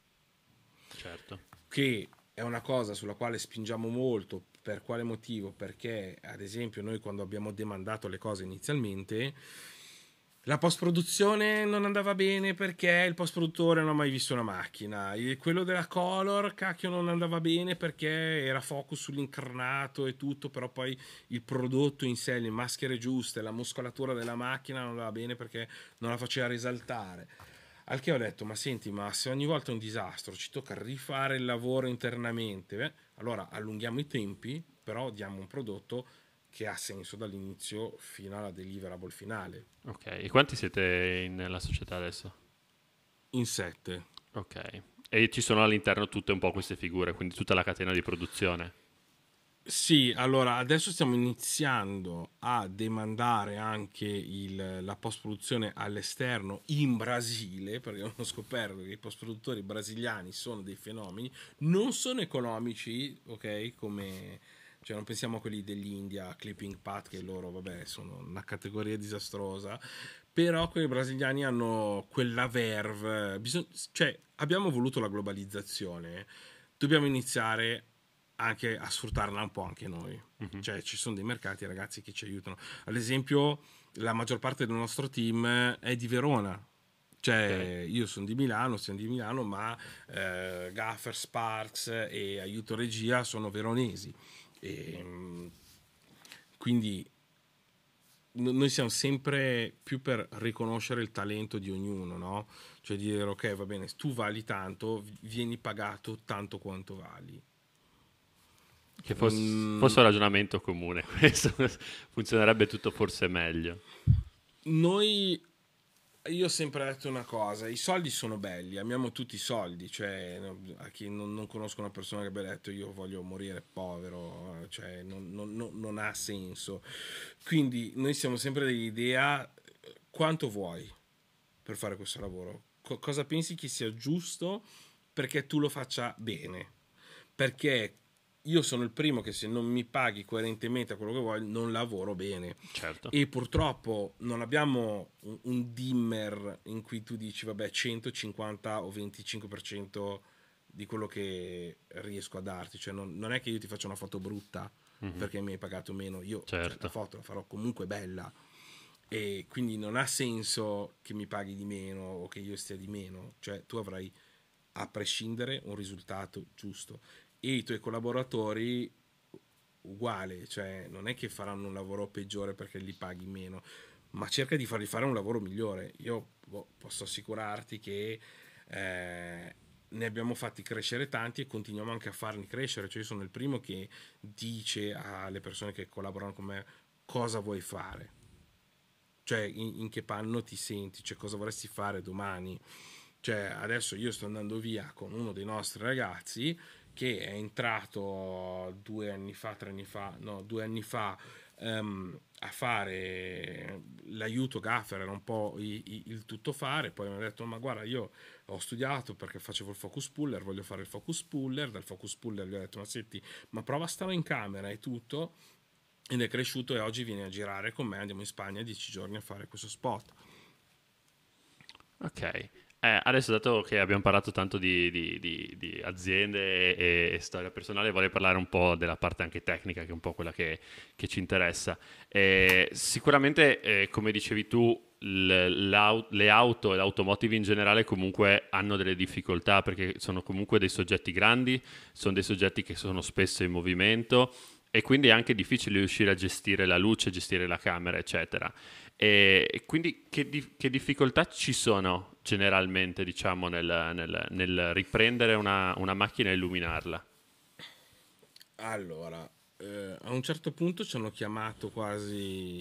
Certo. che è una cosa sulla quale spingiamo molto. Per quale motivo? Perché ad esempio noi quando abbiamo demandato le cose inizialmente, la post produzione non andava bene perché il post produttore non ha mai visto una macchina, e quello della color cacchio non andava bene perché era focus sull'incarnato e tutto, però poi il prodotto in sé, le maschere giuste, la muscolatura della macchina non andava bene perché non la faceva risaltare. Al che ho detto, ma senti, ma se ogni volta è un disastro, ci tocca rifare il lavoro internamente, allora allunghiamo i tempi, però diamo un prodotto che ha senso dall'inizio fino alla deliverable finale. Ok. E quanti siete nella società adesso? In 7. Ok. E ci sono all'interno tutte un po' queste figure, quindi tutta la catena di produzione. Sì, allora adesso stiamo iniziando a demandare anche la post-produzione all'esterno in Brasile, perché ho scoperto che i post-produttori brasiliani sono dei fenomeni, non sono economici, ok? Come, cioè non pensiamo a quelli dell'India, Clipping Pat, che loro, vabbè, sono una categoria disastrosa, però quei brasiliani hanno quella verve, cioè abbiamo voluto la globalizzazione, dobbiamo iniziare anche a sfruttarla un po' anche noi. Mhm. Cioè ci sono dei mercati, ragazzi, che ci aiutano. Ad esempio, la maggior parte del nostro team è di Verona. Ok. Cioè, io sono di Milano, siamo di Milano, ma Gaffer, Sparks e Aiuto Regia sono veronesi. E, quindi noi siamo sempre più per riconoscere il talento di ognuno, no? Cioè dire, ok, va bene, tu vali tanto, vieni pagato tanto quanto vali. Che Mm, fosse un ragionamento comune, questo funzionerebbe tutto forse meglio. Noi, io ho sempre detto una cosa, i soldi sono belli, amiamo tutti i soldi, cioè a chi non conosco una persona che abbia detto io voglio morire povero, cioè non ha senso. Quindi noi siamo sempre dell'idea quanto vuoi per fare questo lavoro, cosa pensi che sia giusto perché tu lo faccia bene, perché io sono il primo che se non mi paghi coerentemente a quello che vuoi non lavoro bene, Certo. e purtroppo non abbiamo un dimmer in cui tu dici vabbè 150 o 25% di quello che riesco a darti, cioè non è che io ti faccio una foto brutta Mhm. perché mi hai pagato meno, io cioè, la Certo. foto la farò comunque bella, e quindi non ha senso che mi paghi di meno o che io stia di meno, cioè tu avrai a prescindere un risultato giusto, e i tuoi collaboratori uguale, cioè non è che faranno un lavoro peggiore perché li paghi meno, ma cerca di fargli fare un lavoro migliore. Io posso assicurarti che ne abbiamo fatti crescere tanti e continuiamo anche a farli crescere, cioè io sono il primo che dice alle persone che collaborano con me cosa vuoi fare, cioè in che panno ti senti, cioè cosa vorresti fare domani, Cioè, adesso io sto andando via con uno dei nostri ragazzi che è entrato 2 anni fa, 3 anni fa, no, 2 anni fa, a fare l'aiuto gaffer, era un po' il tuttofare. Poi mi ha detto: ma guarda, io ho studiato perché facevo il focus puller, voglio fare il focus puller. Dal focus puller gli ho detto: ma senti, ma prova a stare in camera e tutto. Ed è cresciuto e oggi viene a girare con me, andiamo in Spagna 10 giorni a fare questo spot. Ok. Adesso, dato che abbiamo parlato tanto di aziende e storia personale, vorrei parlare un po' della parte anche tecnica, che è un po' quella che ci interessa. Sicuramente, come dicevi tu, le auto e l'automotive in generale comunque hanno delle difficoltà perché sono comunque dei soggetti grandi, sono dei soggetti che sono spesso in movimento e quindi è anche difficile riuscire a gestire la luce, gestire la camera, eccetera. E quindi che difficoltà ci sono generalmente, diciamo, nel riprendere una macchina e illuminarla? Allora, a un certo punto ci hanno chiamato quasi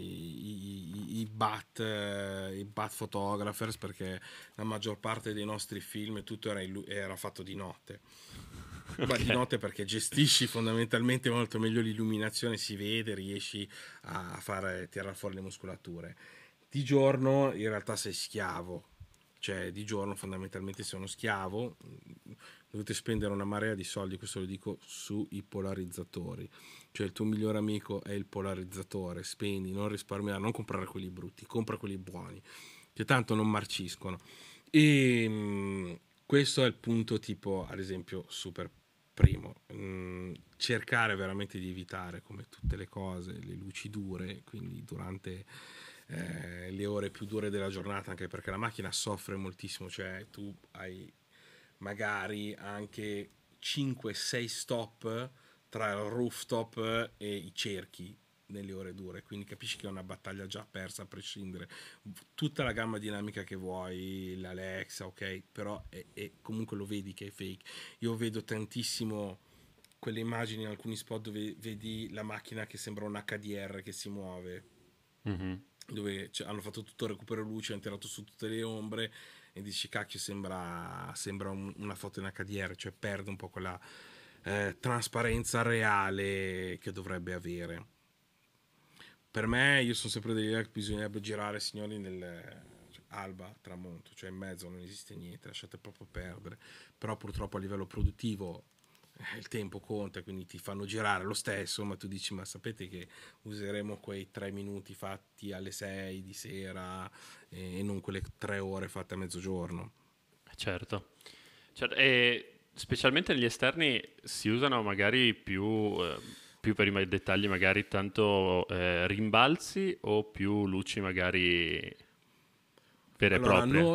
i bat photographers, perché la maggior parte dei nostri film e tutto era fatto di notte. Ma di Ok, notte perché gestisci fondamentalmente molto meglio l'illuminazione, si vede, riesci a fare, tirare fuori le muscolature. Di giorno in realtà sei schiavo, cioè di giorno fondamentalmente sei uno schiavo, dovete spendere una marea di soldi, questo lo dico, sui polarizzatori. Cioè il tuo migliore amico è il polarizzatore, spendi, non risparmiare, non comprare quelli brutti, compra quelli buoni, che tanto non marciscono. E questo è il punto, tipo, ad esempio, super primo. Cercare veramente di evitare, come tutte le cose, le luci dure, quindi durante le ore più dure della giornata, anche perché la macchina soffre moltissimo, cioè tu hai magari anche 5-6 stop tra il rooftop e i cerchi nelle ore dure, quindi capisci che è una battaglia già persa a prescindere. Tutta la gamma dinamica che vuoi, l'Alexa, ok, però comunque lo vedi che è fake. Io vedo tantissimo quelle immagini in alcuni spot dove vedi la macchina che sembra un HDR che si muove, mhm, dove hanno fatto tutto il recupero luce, hanno tirato su tutte le ombre e dici cacchio, sembra una foto in HDR, cioè perde un po' quella trasparenza reale che dovrebbe avere. Per me, io sono sempre dell'idea che bisognerebbe girare, signori, cioè, alba, tramonto, cioè in mezzo non esiste niente, lasciate proprio perdere. Però purtroppo a livello produttivo il tempo conta, quindi ti fanno girare lo stesso, ma tu dici: ma sapete che useremo quei 3 minuti fatti alle 6 di sera e non quelle 3 ore fatte a mezzogiorno? certo. E specialmente negli esterni si usano magari più per i dettagli, magari tanto rimbalzi o più luci magari vere e Allora, proprie.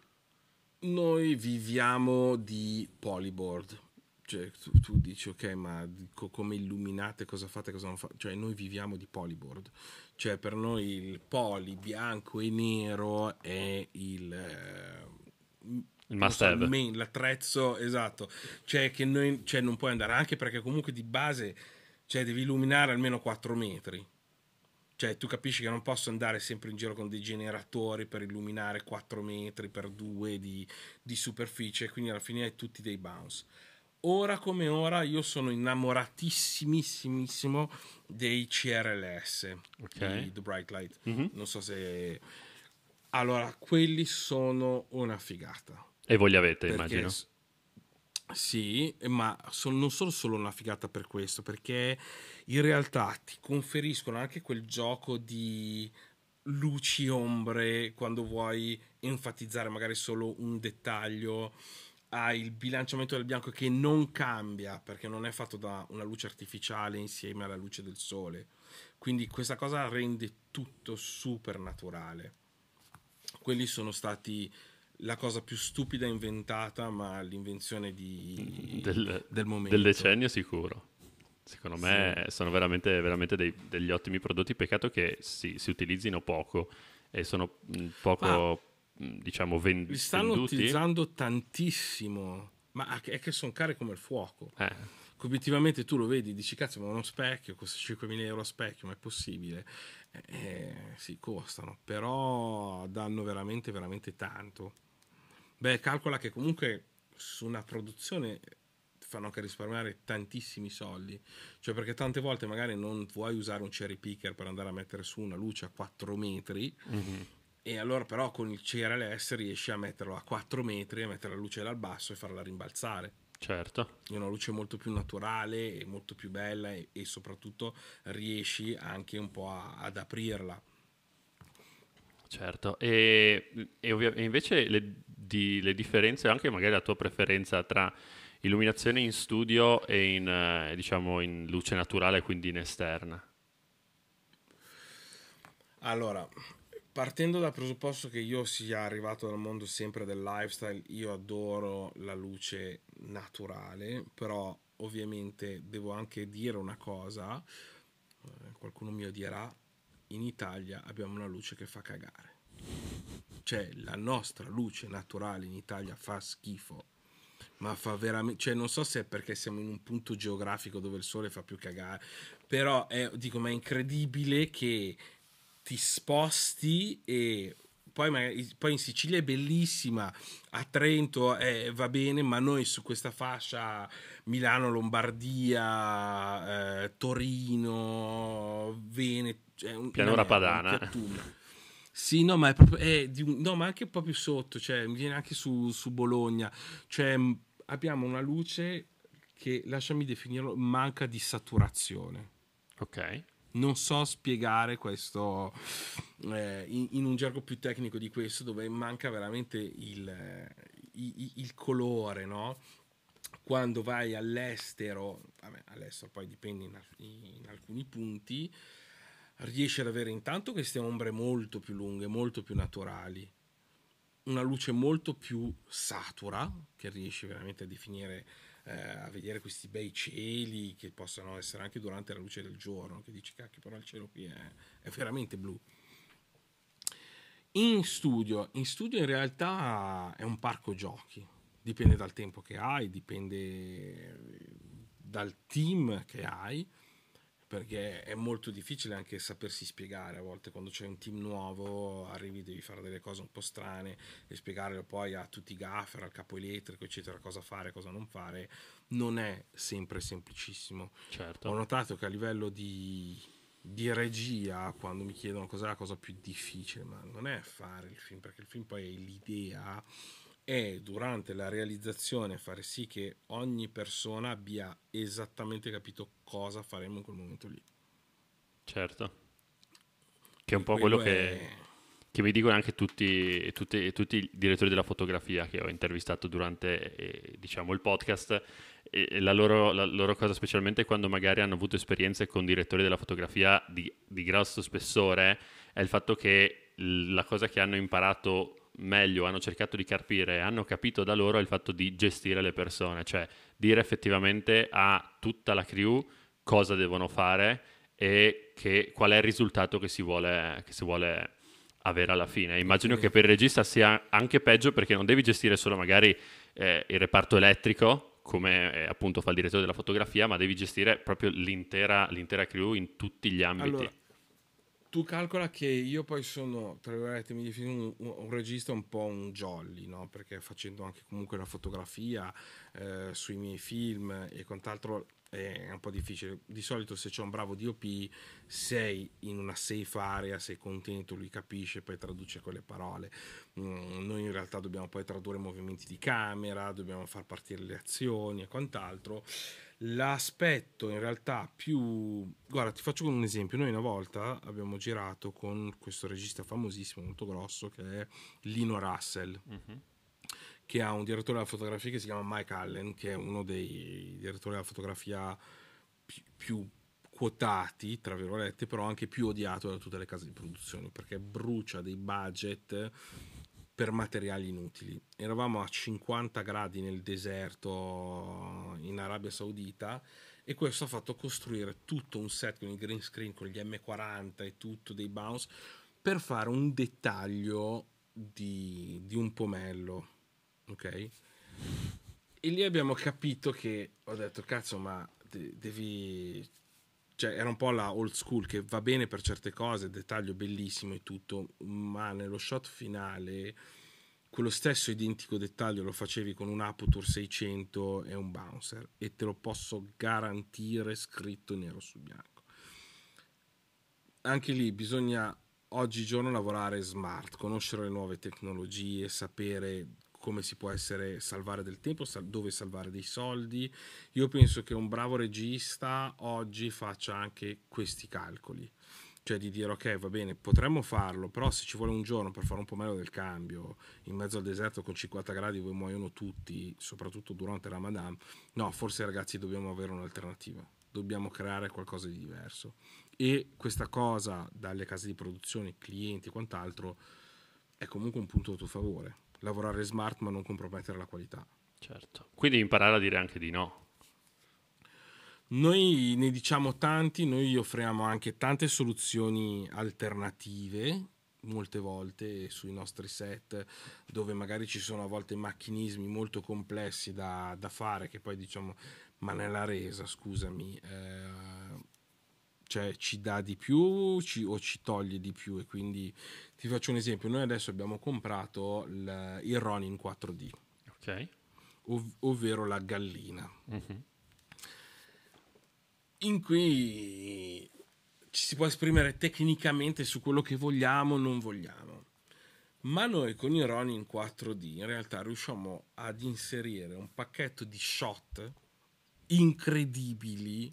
noi viviamo di polyboard. Cioè, tu dici, ok, ma come illuminate, cosa fate, cosa non fate? Cioè, noi viviamo di polyboard. Cioè, per noi il poly bianco e nero è Il non must so, have. l'attrezzo esatto. Cioè, che noi, cioè, non puoi andare, anche perché comunque di base, cioè, devi illuminare almeno 4 metri. Cioè, tu capisci che non posso andare sempre in giro con dei generatori per illuminare 4 metri per 2 di superficie, quindi alla fine hai tutti dei bounce. Ora come ora io sono innamoratissimissimo dei CRLS, Ok. i The Bright Light. Mhm. Non so se... Allora, quelli sono una figata. E voi li avete, Perché immagino. sì, ma non sono solo una figata per questo, perché in realtà ti conferiscono anche quel gioco di luci ombre quando vuoi enfatizzare magari solo un dettaglio. Hai il bilanciamento del bianco che non cambia perché non è fatto da una luce artificiale insieme alla luce del sole. Quindi questa cosa rende tutto super naturale. Quelli sono stati la cosa più stupida inventata, ma l'invenzione del Del momento. decennio sicuro. Secondo Sì. me sono veramente, veramente degli ottimi prodotti. Peccato che si utilizzino poco e sono Ma poco, diciamo, li stanno venduti. utilizzando tantissimo, ma è che sono cari come il fuoco. Eh, Che obiettivamente tu lo vedi, dici cazzo, ma uno specchio costa 5.000 euro a specchio, ma è possibile? Sì, costano, però danno veramente, veramente tanto. Beh, calcola che comunque su una produzione fanno anche risparmiare tantissimi soldi, cioè perché tante volte magari non vuoi usare un cherry picker per andare a mettere su una luce a 4 metri, Mhm. e allora però con il CRLS riesci a metterlo a 4 metri, a mettere la luce dal basso e farla rimbalzare. Certo. È una luce molto più naturale e molto più bella, e soprattutto riesci anche un po' ad aprirla. Certo, e invece le differenze, anche magari la tua preferenza tra illuminazione in studio e in, diciamo, in luce naturale, quindi in esterna. Allora, partendo dal presupposto che io sia arrivato dal mondo sempre del lifestyle, io adoro la luce naturale, però ovviamente devo anche dire una cosa, qualcuno mi odierà, in Italia abbiamo una luce che fa cagare. Cioè, la nostra luce naturale in Italia fa schifo, ma fa veramente, cioè non so se è perché siamo in un punto geografico dove il sole fa più cagare, però dico, ma è incredibile che ti sposti e poi in Sicilia è bellissima, a Trento va bene, ma noi su questa fascia Milano, Lombardia, Torino, Veneto, cioè una Pianura merda, un padana. piattume. Sì, no, ma è proprio, no, ma anche proprio sotto, cioè mi viene anche su Bologna, cioè abbiamo una luce che, lasciami definirlo, manca di saturazione. Ok, Non so spiegare questo in un gergo più tecnico di questo, dove manca veramente il colore, no? Quando vai all'estero, vabbè, all'estero poi dipende in alcuni punti, riesci ad avere intanto queste ombre molto più lunghe, molto più naturali, una luce molto più satura, che riesci veramente a definire, a vedere questi bei cieli che possono essere anche durante la luce del giorno, che dici cacchio, però il cielo qui è veramente blu. In studio in realtà è un parco giochi, dipende dal tempo che hai, dipende dal team che hai, perché è molto difficile anche sapersi spiegare a volte. Quando c'è un team nuovo arrivi, devi fare delle cose un po' strane e spiegarle poi a tutti i gaffer, al capo elettrico eccetera, cosa fare, cosa non fare. Non è sempre semplicissimo. Ho certo. notato che a livello di regia, quando mi chiedono cos'è la cosa più difficile, ma non è fare il film, perché il film poi è l'idea, è durante la realizzazione fare sì che ogni persona abbia esattamente capito cosa faremo in quel momento lì. Certo, che è un E po' quello quello è... che mi dicono anche tutti i direttori della fotografia che ho intervistato durante, diciamo, il podcast. E la loro cosa, specialmente quando magari hanno avuto esperienze con direttori della fotografia di grosso spessore, è il fatto che la cosa che hanno imparato meglio, hanno cercato di capire, hanno capito da loro, è il fatto di gestire le persone, cioè dire effettivamente a tutta la crew cosa devono fare e qual è il risultato che si vuole avere alla fine. Immagino che ottenere. per il regista sia anche peggio, perché non devi gestire solo magari il reparto elettrico, come appunto fa il direttore della fotografia, ma devi gestire proprio l'intera crew in tutti gli ambiti. Allora, tu calcola che io poi sono, tra virgolette, mi definisco un regista un po' un jolly, no? Perché facendo anche comunque la fotografia sui miei film e quant'altro è un po' difficile. Di solito se c'è un bravo DOP sei in una safe area, sei contento, lui capisce, poi traduce quelle parole. Noi in realtà dobbiamo poi tradurre movimenti di camera, dobbiamo far partire le azioni e quant'altro. L'aspetto in realtà più... Guarda, ti faccio un esempio. Noi una volta abbiamo girato con questo regista famosissimo, molto grosso, che è Lino Russell, Mhm. che ha un direttore della fotografia che si chiama Mike Allen, che è uno dei direttori della fotografia più quotati, tra virgolette, però anche più odiato da tutte le case di produzione, perché brucia dei budget per materiali inutili. Eravamo a 50 gradi nel deserto in Arabia Saudita, e questo ha fatto costruire tutto un set con il green screen, con gli M40 e tutto, dei bounce, per fare un dettaglio di un pomello, ok? E lì abbiamo capito che, ho detto cazzo, ma devi, cioè era un po' la old school, che va bene per certe cose, dettaglio bellissimo e tutto, ma nello shot finale quello stesso identico dettaglio lo facevi con un Aputure 600 e un bouncer, e te lo posso garantire scritto nero su bianco. Anche lì bisogna oggigiorno lavorare smart, conoscere le nuove tecnologie, sapere come si può salvare del tempo, dove salvare dei soldi. Io penso che un bravo regista oggi faccia anche questi calcoli, cioè di dire ok, va bene, potremmo farlo, però se ci vuole un giorno per fare un po' meglio del cambio in mezzo al deserto con 50 gradi dove muoiono tutti, soprattutto durante Ramadan, no, forse ragazzi dobbiamo avere un'alternativa, dobbiamo creare qualcosa di diverso. E questa cosa dalle case di produzione, clienti e quant'altro è comunque un punto a tuo favore, lavorare smart ma non compromettere la qualità. Certo. Quindi imparare a dire anche di no. Noi ne diciamo tanti, noi offriamo anche tante soluzioni alternative molte volte sui nostri set, dove magari ci sono a volte macchinismi molto complessi da fare, che poi diciamo ma nella resa, scusami, cioè ci dà di più o ci toglie di più. E quindi ti faccio un esempio: noi adesso abbiamo comprato il Ronin 4D, Ok. ovvero la gallina, Mhm. in cui ci si può esprimere tecnicamente su quello che vogliamo o non vogliamo, ma noi con il Ronin 4D in realtà riusciamo ad inserire un pacchetto di shot incredibili,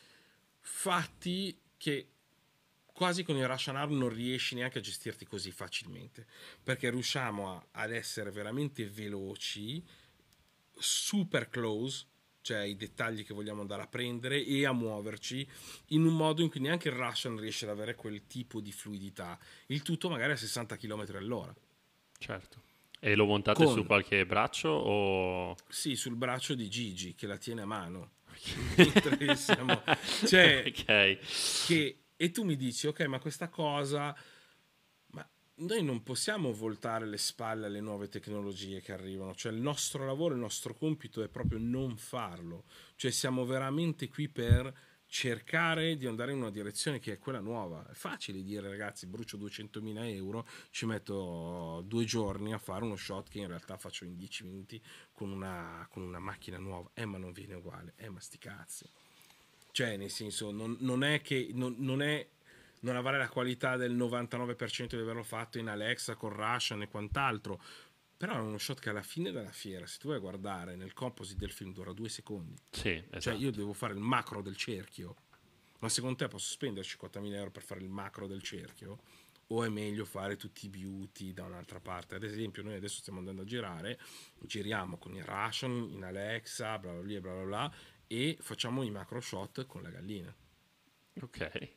fatti che quasi con il Russian Arm non riesci neanche a gestirti così facilmente, perché riusciamo ad essere veramente veloci, super close, cioè i dettagli che vogliamo andare a prendere, e a muoverci in un modo in cui neanche il Russian riesce ad avere quel tipo di fluidità, il tutto magari a 60 km all'ora. Certo. E lo montate su Con, qualche braccio o... sì, sul braccio di Gigi che la tiene a mano. Mentre siamo, cioè, Ok. e tu mi dici ok, ma questa cosa, ma noi non possiamo voltare le spalle alle nuove tecnologie che arrivano, cioè il nostro lavoro, il nostro compito è proprio non farlo, cioè siamo veramente qui per cercare di andare in una direzione che è quella nuova. È facile dire ragazzi, brucio 200.000 euro, ci metto 2 giorni a fare uno shot che in realtà faccio in 10 minuti con una macchina nuova, ma non viene uguale, ma sti cazzi. Cioè nel senso non è che non è non avere la qualità del 99% di averlo fatto in Alexa con Russian e quant'altro, però è uno shot che alla fine della fiera, se tu vai a guardare nel composite del film, dura 2 secondi. Sì, Cioè io esatto. devo fare il macro del cerchio, ma secondo te posso spendere 50.000 euro per fare il macro del cerchio? O è meglio fare tutti i beauty da un'altra parte? Ad esempio noi adesso stiamo andando a girare, giriamo con il Russian in Alexa, bla bla bla bla bla, e facciamo i macro shot con la gallina. Ok.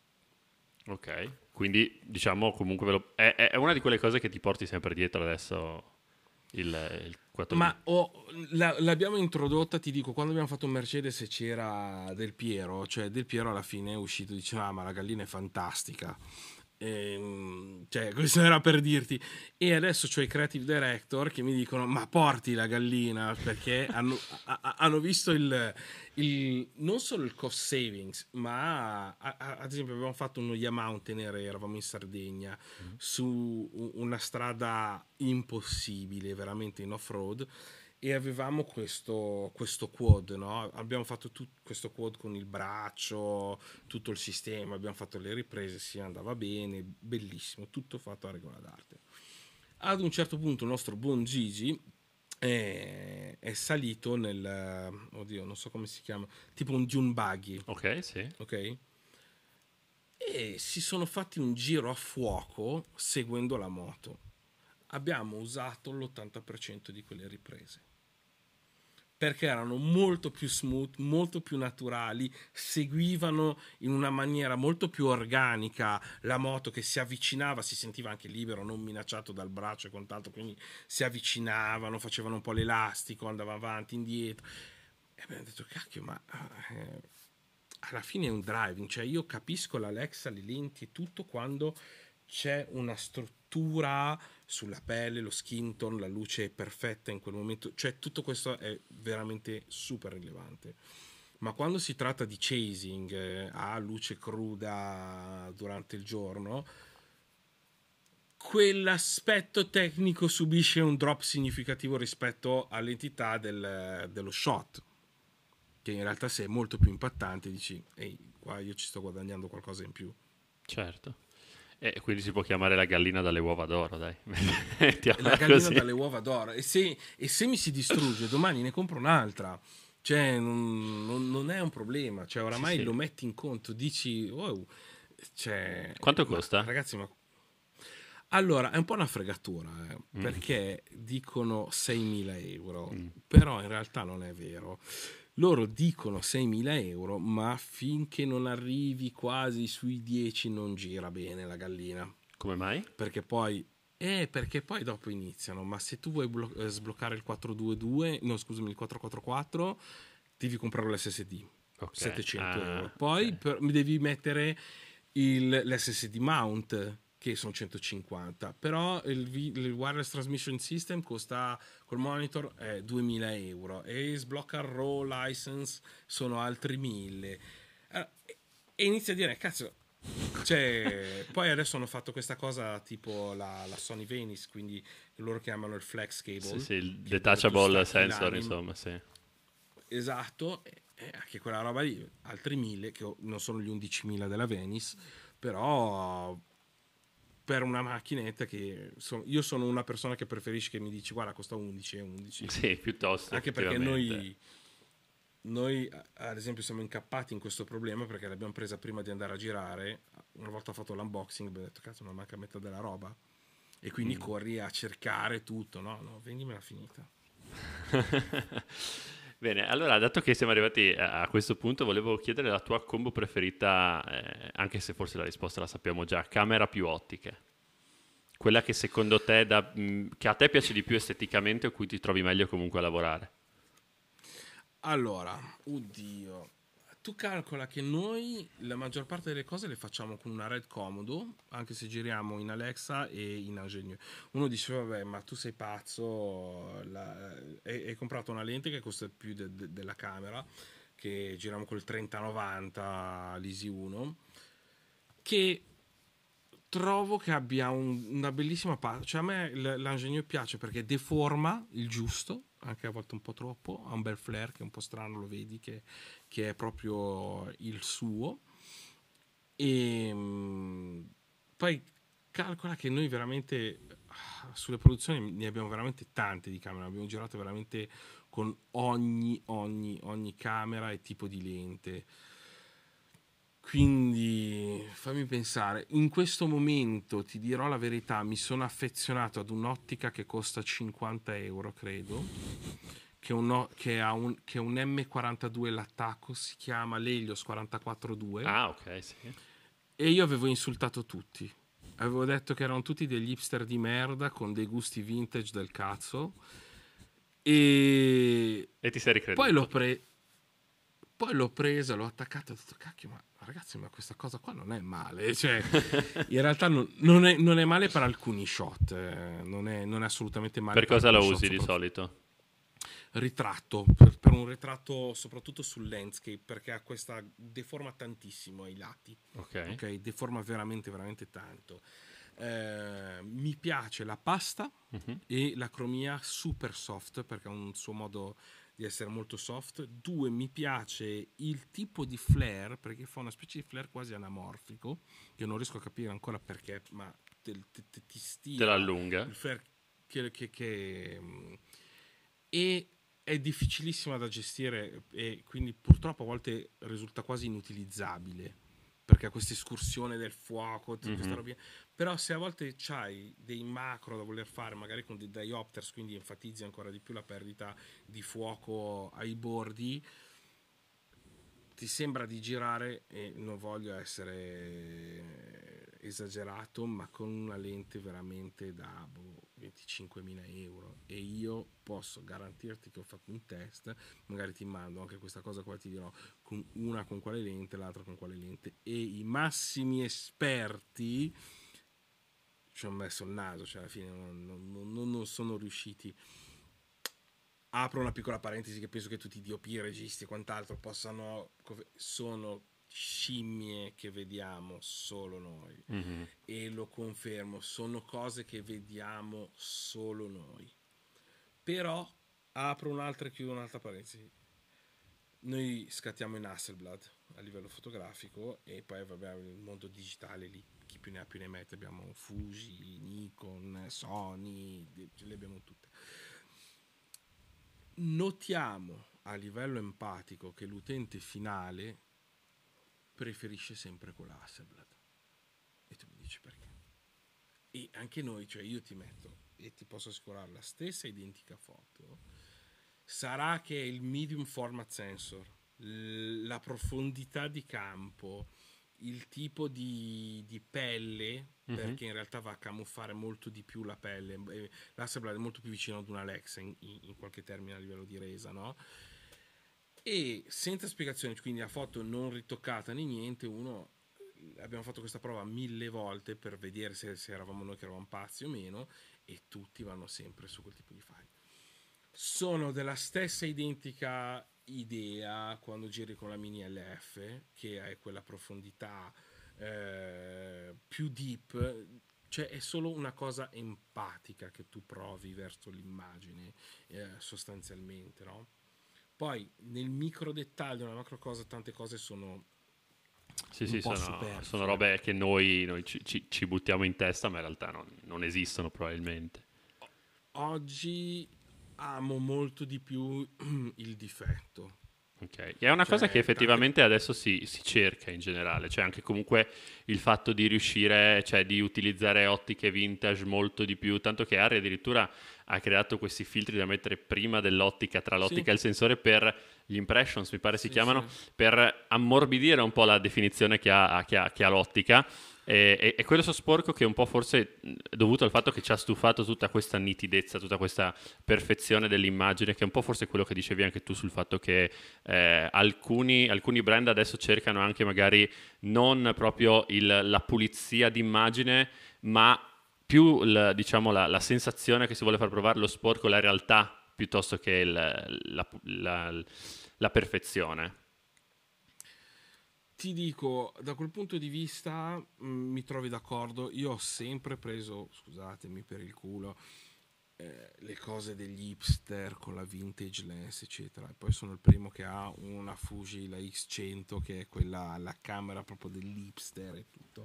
Ok. Quindi, diciamo, comunque è una di quelle cose che ti porti sempre dietro adesso il 4D. Ma l'abbiamo introdotta, ti dico, quando abbiamo fatto un Mercedes c'era Del Piero, cioè Del Piero alla fine è uscito e diceva ma la gallina è fantastica. Cioè, questo era per dirti. E adesso c'ho i creative director che mi dicono ma porti la gallina, perché hanno visto non solo il cost savings, ma ad esempio abbiamo fatto uno Mountainer, eravamo in Sardegna su una strada impossibile, veramente in off-road, e avevamo questo quad, no? Abbiamo fatto questo quad con il braccio, tutto il sistema, abbiamo fatto le riprese, si andava bene, bellissimo, tutto fatto a regola d'arte. Ad un certo punto il nostro buon Gigi è salito oddio, non so come si chiama, tipo un dune buggy, Ok, sì. ok? E si sono fatti un giro a fuoco seguendo la moto. Abbiamo usato l'80% di quelle riprese, perché erano molto più smooth, molto più naturali, seguivano in una maniera molto più organica la moto, che si avvicinava, si sentiva anche libero, non minacciato dal braccio e quant'altro, quindi si avvicinavano, facevano un po' l'elastico, andava avanti, indietro. E abbiamo detto cacchio, ma alla fine è un driving, cioè io capisco l'Alexa, le lenti e tutto quando c'è una struttura sulla pelle, lo skin tone, la luce è perfetta in quel momento, cioè tutto questo è veramente super rilevante. Ma quando si tratta di chasing a luce cruda durante il giorno, quell'aspetto tecnico subisce un drop significativo rispetto all'entità dello shot, che in realtà se è molto più impattante dici, ehi, qua io ci sto guadagnando qualcosa in più. Certo. E quindi si può chiamare la gallina dalle uova d'oro, dai. La Mettiamola gallina così. dalle uova d'oro, e se mi si distrugge domani ne compro un'altra, cioè non è un problema, cioè Sì, oramai sì. lo metti in conto, dici wow, cioè, Quanto ma costa? ragazzi, ma allora è un po' una fregatura, Mm. perché dicono 6.000 euro, Mm. però in realtà non è vero. Loro dicono 6.000 euro, ma finché non arrivi quasi sui 10 non gira bene la gallina. Come mai? Perché poi dopo iniziano, ma se tu vuoi sbloccare il 422, no scusami, il 444, devi comprare l'SSD, Ok. 700 euro. Ah, Poi ok. mi devi mettere l'SSD mount, che sono 150, però il wireless transmission system costa col monitor 2000 euro e sblocca il RAW license sono altri 1000. E inizia a dire, cazzo, cioè, poi adesso hanno fatto questa cosa tipo la Sony Venice, quindi loro chiamano il flex Sì, cable, sì, il che è dove tu detachable stacchi sensor, l'anima. insomma, sì. Esatto, e anche quella roba lì, altri 1000, che non sono gli 11.000 della Venice, però per una macchinetta che io sono una persona che preferisce che mi dici guarda costa 11 e 11, Sì, piuttosto, anche perché effettivamente. noi ad esempio siamo incappati in questo problema perché l'abbiamo presa prima di andare a girare. Una volta fatto l'unboxing abbiamo detto cazzo non manca metà della roba, e quindi Mm. corri a cercare tutto. No, vendimela finita. Bene, allora, dato che siamo arrivati a questo punto, volevo chiedere la tua combo preferita, anche se forse la risposta la sappiamo già, camera più ottiche. Quella che secondo te, che a te piace di più esteticamente o cui ti trovi meglio comunque a lavorare. Allora, oddio, tu calcola che noi la maggior parte delle cose le facciamo con una Red Comodo, anche se giriamo in Alexa e in Ingenieux. Uno dice, vabbè, ma tu sei pazzo, hai comprato una lente che costa più della camera, che giriamo col 3090 l'Easy 1, che trovo che abbia una bellissima parte. Cioè a me l'Ingenieux piace perché deforma il giusto, anche a volte un po' troppo, ha un bel flare che è un po' strano, lo vedi che è proprio il suo. E poi calcola che noi veramente sulle produzioni ne abbiamo veramente tante di camere, abbiamo girato veramente con ogni camera e tipo di lente. Quindi fammi pensare, in questo momento ti dirò la verità, mi sono affezionato ad un'ottica che costa 50 euro, credo, che è un M42, l'attacco si chiama l'Helios 442, Ah, ok, sì. e io avevo insultato tutti. Avevo detto che erano tutti degli hipster di merda con dei gusti vintage del cazzo, e E ti sei poi ricreduto. poi l'ho presa, l'ho attaccata e ho detto, cacchio, ma ragazzi, ma questa cosa qua non è male. Cioè, in realtà non è male per alcuni shot, non è assolutamente male Per per cosa alcuni lo shot, usi di soprattutto solito? ritratto, per un ritratto soprattutto sul landscape, perché ha questa, deforma tantissimo ai lati, Ok. ok? Deforma veramente, veramente tanto. Mi piace la pasta Mhm. e la cromia super soft perché ha un suo modo di essere molto soft. Due, mi piace il tipo di flare perché fa una specie di flare quasi anamorfico che non riesco a capire ancora perché, ma ti Te la stira allunga? il flare e è difficilissima da gestire, e quindi purtroppo a volte risulta quasi inutilizzabile perché ha questa escursione del fuoco, questa Mhm. roba. Però se a volte c'hai dei macro da voler fare magari con dei diopters, quindi enfatizzi ancora di più la perdita di fuoco ai bordi, ti sembra di girare, e non voglio essere esagerato, ma con una lente veramente da 25.000 euro, e io posso garantirti che ho fatto un test, magari ti mando anche questa cosa qua, ti dirò con quale lente, l'altra con quale lente, e i massimi esperti ci ho messo il naso, cioè alla fine non sono riusciti. Apro una piccola parentesi, che penso che tutti i DOP, registi e quant'altro sono scimmie che vediamo solo noi. Mhm. E lo confermo, sono cose che vediamo solo noi. Però apro un'altra e chiudo un'altra parentesi. Noi scattiamo in Hasselblad a livello fotografico e poi vabbè il mondo digitale lì chi più ne ha più ne mette, abbiamo Fuji, Nikon, Sony, ce le abbiamo tutte. Notiamo a livello empatico che l'utente finale preferisce sempre quella Hasselblad e tu mi dici perché. E anche noi, cioè io ti metto e ti posso assicurare la stessa identica foto, sarà che il medium format sensor, la profondità di campo, il tipo di pelle, Mhm. perché in realtà va a camuffare molto di più la pelle, l'Hasselblad è molto più vicino ad una Alexa in qualche termine a livello di resa, no? E senza spiegazioni, quindi la foto non ritoccata né niente, abbiamo fatto questa prova 1000 volte per vedere se eravamo noi che eravamo pazzi o meno, e tutti vanno sempre su quel tipo di file. Sono della stessa identica idea quando giri con la mini LF, che è quella profondità più deep, cioè è solo una cosa empatica che tu provi verso l'immagine, sostanzialmente, no? Poi nel micro dettaglio, nella macro cosa, tante cose sono Sì, un sì, po' sono superflue. robe che noi ci buttiamo in testa, ma in realtà non esistono probabilmente. Oggi amo molto di più il difetto. Ok, è una cosa che Cioè, tante. effettivamente adesso si cerca in generale, cioè anche comunque il fatto di riuscire, cioè di utilizzare ottiche vintage molto di più, tanto che Arri addirittura ha creato questi filtri da mettere prima dell'ottica, tra Sì, l'ottica e il sensore per gli impressions, mi pare si sì, sì. chiamano, per ammorbidire un po' la definizione che ha l'ottica. E quello sporco che un po' forse è dovuto al fatto che ci ha stufato tutta questa nitidezza, tutta questa perfezione dell'immagine, che è un po' forse quello che dicevi anche tu sul fatto che alcuni brand adesso cercano anche magari non proprio la pulizia d'immagine, ma più diciamo, la sensazione che si vuole far provare lo sporco, la realtà, piuttosto che la perfezione. Ti dico, da quel punto di vista mi trovi d'accordo. Io ho sempre preso, scusatemi per il culo, le cose degli hipster con la vintage lens, eccetera. E poi sono il primo che ha una Fuji, la X100, che è quella, la camera proprio dell'hipster e tutto.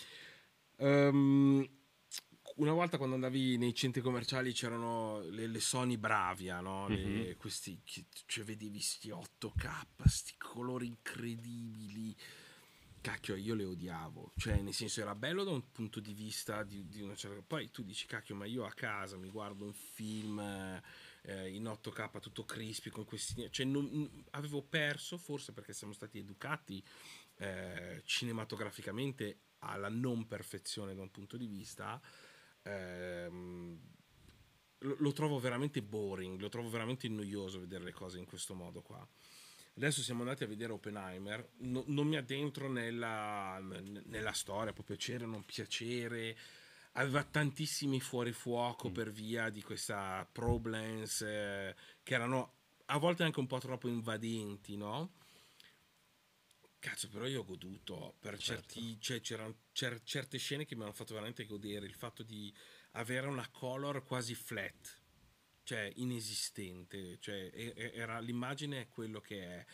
Ehm, una volta quando andavi nei centri commerciali c'erano le Sony Bravia, no? Mhm. Cioè vedevi sti 8K, sti colori incredibili. Cacchio, io le odiavo. Cioè, nel senso, era bello da un punto di vista di una certa. Poi tu dici, cacchio, ma io a casa mi guardo un film in 8K tutto crispy con questi. Cioè, avevo perso, forse perché siamo stati educati cinematograficamente alla non perfezione da un punto di vista, ehm, lo trovo veramente boring, lo trovo veramente noioso vedere le cose in questo modo qua. Adesso siamo andati a vedere Oppenheimer, non mi addentro nella storia, può piacere o non piacere, aveva tantissimi fuorifuoco Mm. per via di questa problems che erano a volte anche un po' troppo invadenti, no? Cazzo, però io ho goduto per Certo. certi, cioè c'erano certe scene che mi hanno fatto veramente godere, il fatto di avere una color quasi flat, cioè inesistente, cioè l'immagine è quello che è.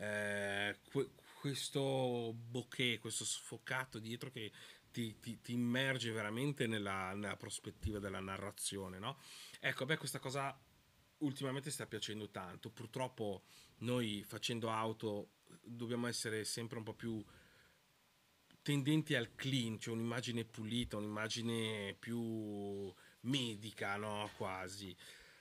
Questo bokeh, questo sfocato dietro che ti immerge veramente nella prospettiva della narrazione, no? Ecco, a me questa cosa ultimamente sta piacendo tanto. Purtroppo noi facendo auto dobbiamo essere sempre un po' più tendenti al clean, cioè un'immagine pulita, un'immagine più medica, no? Quasi.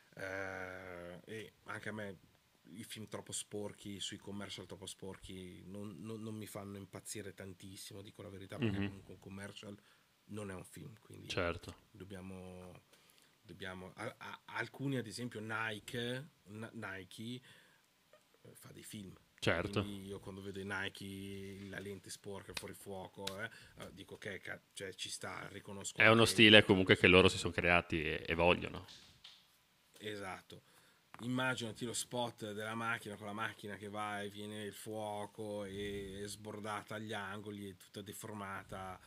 E anche a me i film troppo sporchi, sui commercial troppo sporchi, non mi fanno impazzire tantissimo, dico la verità, perché Mhm. comunque un commercial non è un film, quindi Certo. dobbiamo alcuni ad esempio Nike fa dei film, Certo. quindi io quando vedo i Nike la lente sporca fuori fuoco dico ok, cioè, ci sta, riconosco È uno anche stile comunque che loro si sono creati e vogliono. esatto. immaginati lo spot della macchina, con la macchina che va e viene il fuoco e è sbordata agli angoli, è tutta deformata.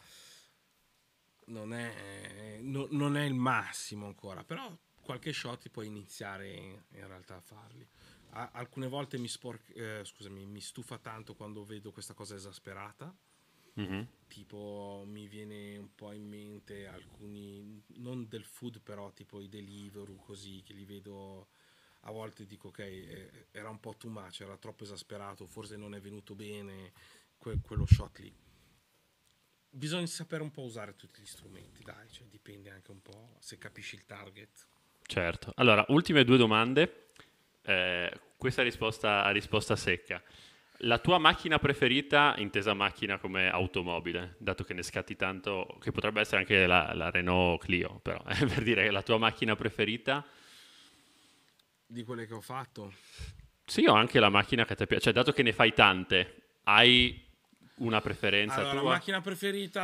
Non è il massimo ancora, però qualche shot puoi iniziare in realtà a farli. Alcune volte mi stufa tanto quando vedo questa cosa esasperata. Mhm. Tipo mi viene un po' in mente alcuni, non del food, però tipo i Deliveroo, così, che li vedo a volte, dico ok, era un po' too much, era troppo esasperato, forse non è venuto bene quello shot lì. Bisogna sapere un po' usare tutti gli strumenti, dai, cioè dipende anche un po' se capisci il target. Certo. Allora, ultime due domande. Questa risposta a risposta secca. La tua macchina preferita, intesa macchina come automobile, dato che ne scatti tanto, che potrebbe essere anche la Renault Clio, però, per dire la tua macchina preferita, Di quelle che ho fatto, sì, o anche la macchina che ti piace, cioè dato che ne fai tante, hai una preferenza allora, tua? macchina preferita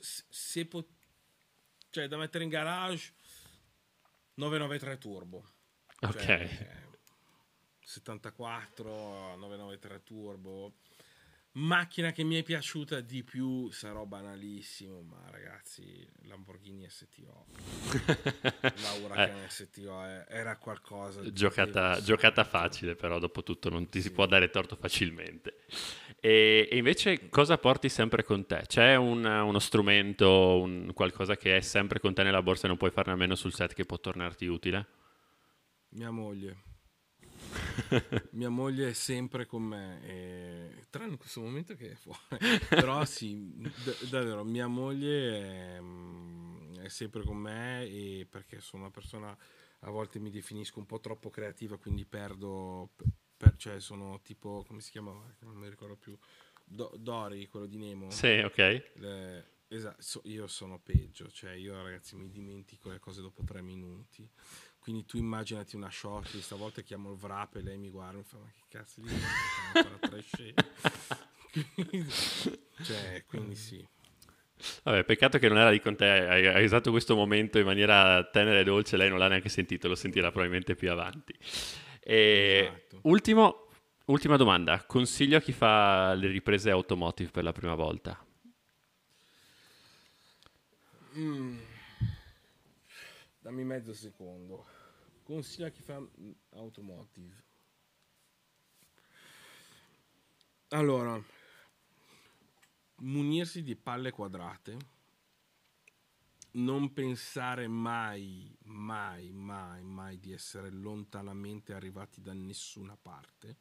cioè da mettere in garage, 993 Turbo, Ok. cioè 74 993 Turbo. Macchina che mi è piaciuta di più, sarò banalissimo, ma ragazzi, Lamborghini STO, la Eh, Huracan STO era qualcosa di giocata devastante. facile, però dopo tutto non ti si può Sì. dare torto facilmente. E invece cosa porti sempre con te? C'è uno strumento, qualcosa che è sempre con te nella borsa e non puoi farne a meno sul set che può tornarti utile? Mia moglie. Mia moglie è sempre con me, tranne in questo momento che è fuori. Però sì, davvero, mia moglie è sempre con me, e perché sono una persona, a volte mi definisco un po' troppo creativa, quindi perdo, cioè sono tipo, come si chiamava? Non mi ricordo più. Dory, quello di Nemo. Sì, ok. Esatto, io sono peggio, cioè io ragazzi mi dimentico le cose dopo 3 minuti. Quindi tu immaginati una shot, stavolta chiamo il wrap e lei mi guarda e mi fa: ma che cazzo di stiamo ancora tre scene? Cioè, quindi sì. Vabbè, peccato che non era lì con te, hai usato questo momento in maniera tenera e dolce, lei non l'ha neanche sentito, lo sentirà probabilmente più avanti. E Esatto. ultima domanda, consiglio a chi fa le riprese automotive per la prima volta. Mm, dammi mezzo secondo. Consiglia a chi fa automotive. Allora, munirsi di palle quadrate, non pensare mai, mai, mai, mai di essere lontanamente arrivati da nessuna parte.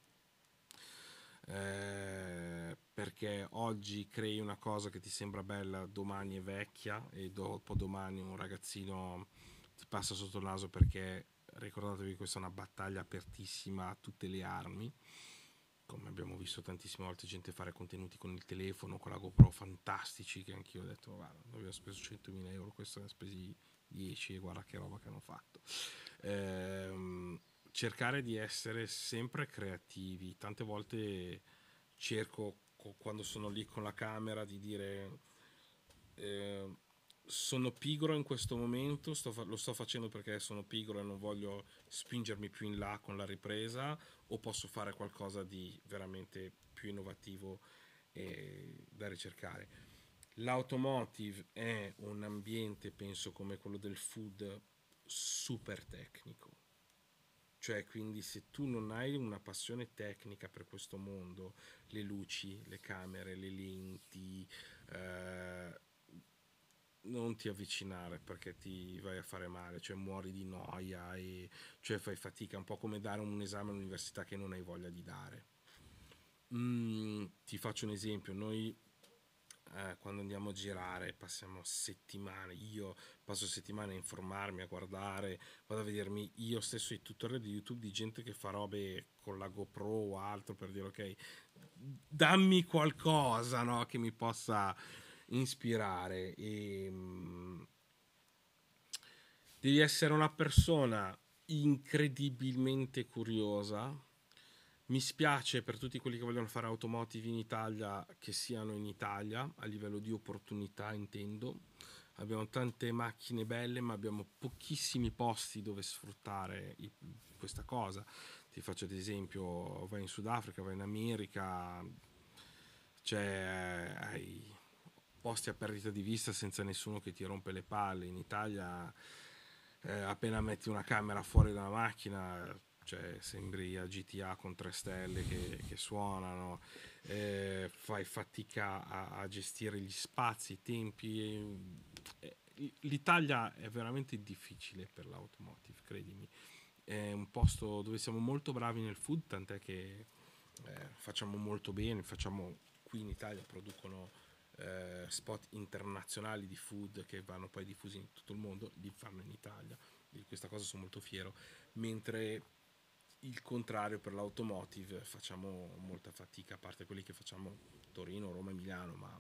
Perché oggi crei una cosa che ti sembra bella, domani è vecchia, e dopo domani un ragazzino ti passa sotto il naso, perché ricordatevi che questa è una battaglia apertissima a tutte le armi, come abbiamo visto tantissime volte gente fare contenuti con il telefono, con la GoPro, fantastici, che anch'io ho detto guarda, noi abbiamo speso 100.000 euro, questo ne ha spesi 10 e guarda che roba che hanno fatto. Cercare di essere sempre creativi. Tante volte cerco, quando sono lì con la camera, di dire eh, sono pigro in questo momento, lo sto facendo perché sono pigro e non voglio spingermi più in là con la ripresa, o posso fare qualcosa di veramente più innovativo e da ricercare. L'automotive è un ambiente, penso, come quello del food, super tecnico. Cioè, quindi se tu non hai una passione tecnica per questo mondo, le luci, le camere, le lenti, eh, non ti avvicinare, perché ti vai a fare male, cioè muori di noia, e cioè fai fatica, un po' come dare un esame all'università che non hai voglia di dare. Ti faccio un esempio: noi quando andiamo a girare passiamo settimane, io passo settimane a informarmi, a guardare, vado a vedermi io stesso i tutorial di YouTube di gente che fa robe con la GoPro o altro, per dire ok, dammi qualcosa, no, che mi possa ispirare. Devi essere una persona incredibilmente curiosa. Mi spiace per tutti quelli che vogliono fare automotive in Italia, che siano in Italia, a livello di opportunità intendo, abbiamo tante macchine belle, ma abbiamo pochissimi posti dove sfruttare questa cosa. Ti faccio ad esempio, vai in Sudafrica, vai in America, hai posti a perdita di vista senza nessuno che ti rompe le palle. In Italia appena metti una camera fuori dalla macchina, cioè sembri a GTA con 3 stelle che suonano, fai fatica a gestire gli spazi, i tempi. L'Italia è veramente difficile per l'automotive, credimi. È un posto dove siamo molto bravi nel food, tant'è che facciamo molto bene, qui in Italia producono spot internazionali di food che vanno poi diffusi in tutto il mondo, li fanno in Italia, di questa cosa sono molto fiero, mentre il contrario per l'automotive facciamo molta fatica, a parte quelli che facciamo Torino, Roma e Milano, ma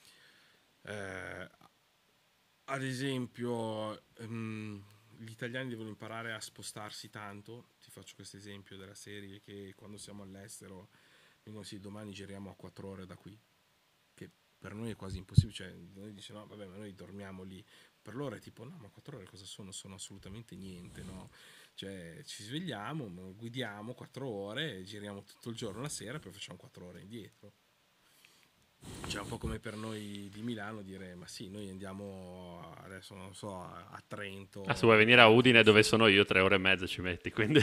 ad esempio gli italiani devono imparare a spostarsi tanto. Ti faccio questo esempio della serie che quando siamo all'estero dicono sì, domani giriamo a 4 ore da qui, che per noi è quasi impossibile, cioè noi diciamo no vabbè, ma noi dormiamo lì, per loro è tipo no, ma 4 ore cosa sono? Sono assolutamente niente, no? Cioè ci svegliamo, guidiamo 4 ore, giriamo tutto il giorno, la sera, poi facciamo 4 ore indietro. Cioè un po' come per noi di Milano dire ma sì, noi andiamo adesso non so a Trento. Se vuoi venire a Udine dove sono io 3 ore e mezza ci metti, quindi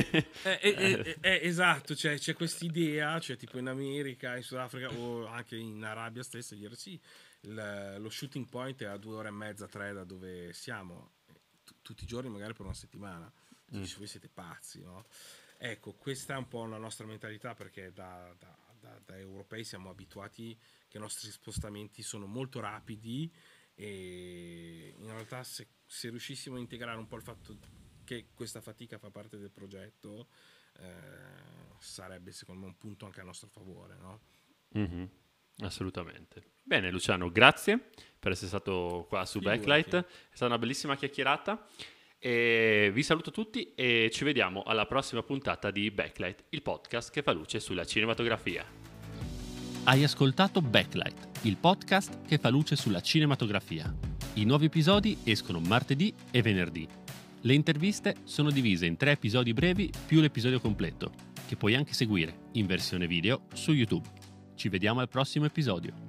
esatto, cioè, c'è quest'idea, cioè tipo in America, in Sudafrica o anche in Arabia stessa, dire sì, lo shooting point è a 2 ore e mezza, 3 da dove siamo, tutti i giorni magari per una settimana. Tu dici, voi siete pazzi, no? Ecco, questa è un po' la nostra mentalità, perché da europei siamo abituati che i nostri spostamenti sono molto rapidi, e in realtà se riuscissimo a integrare un po' il fatto che questa fatica fa parte del progetto, sarebbe secondo me un punto anche a nostro favore, no? Mm-hmm. Assolutamente. Bene Luciano, grazie per essere stato qua su Backlight, è stata una bellissima chiacchierata. E vi saluto tutti e ci vediamo alla prossima puntata di Backlight, il podcast che fa luce sulla cinematografia. Hai ascoltato Backlight, il podcast che fa luce sulla cinematografia. I nuovi episodi escono martedì e venerdì. Le interviste sono divise in 3 episodi brevi più l'episodio completo, che puoi anche seguire in versione video su YouTube. Ci vediamo al prossimo episodio.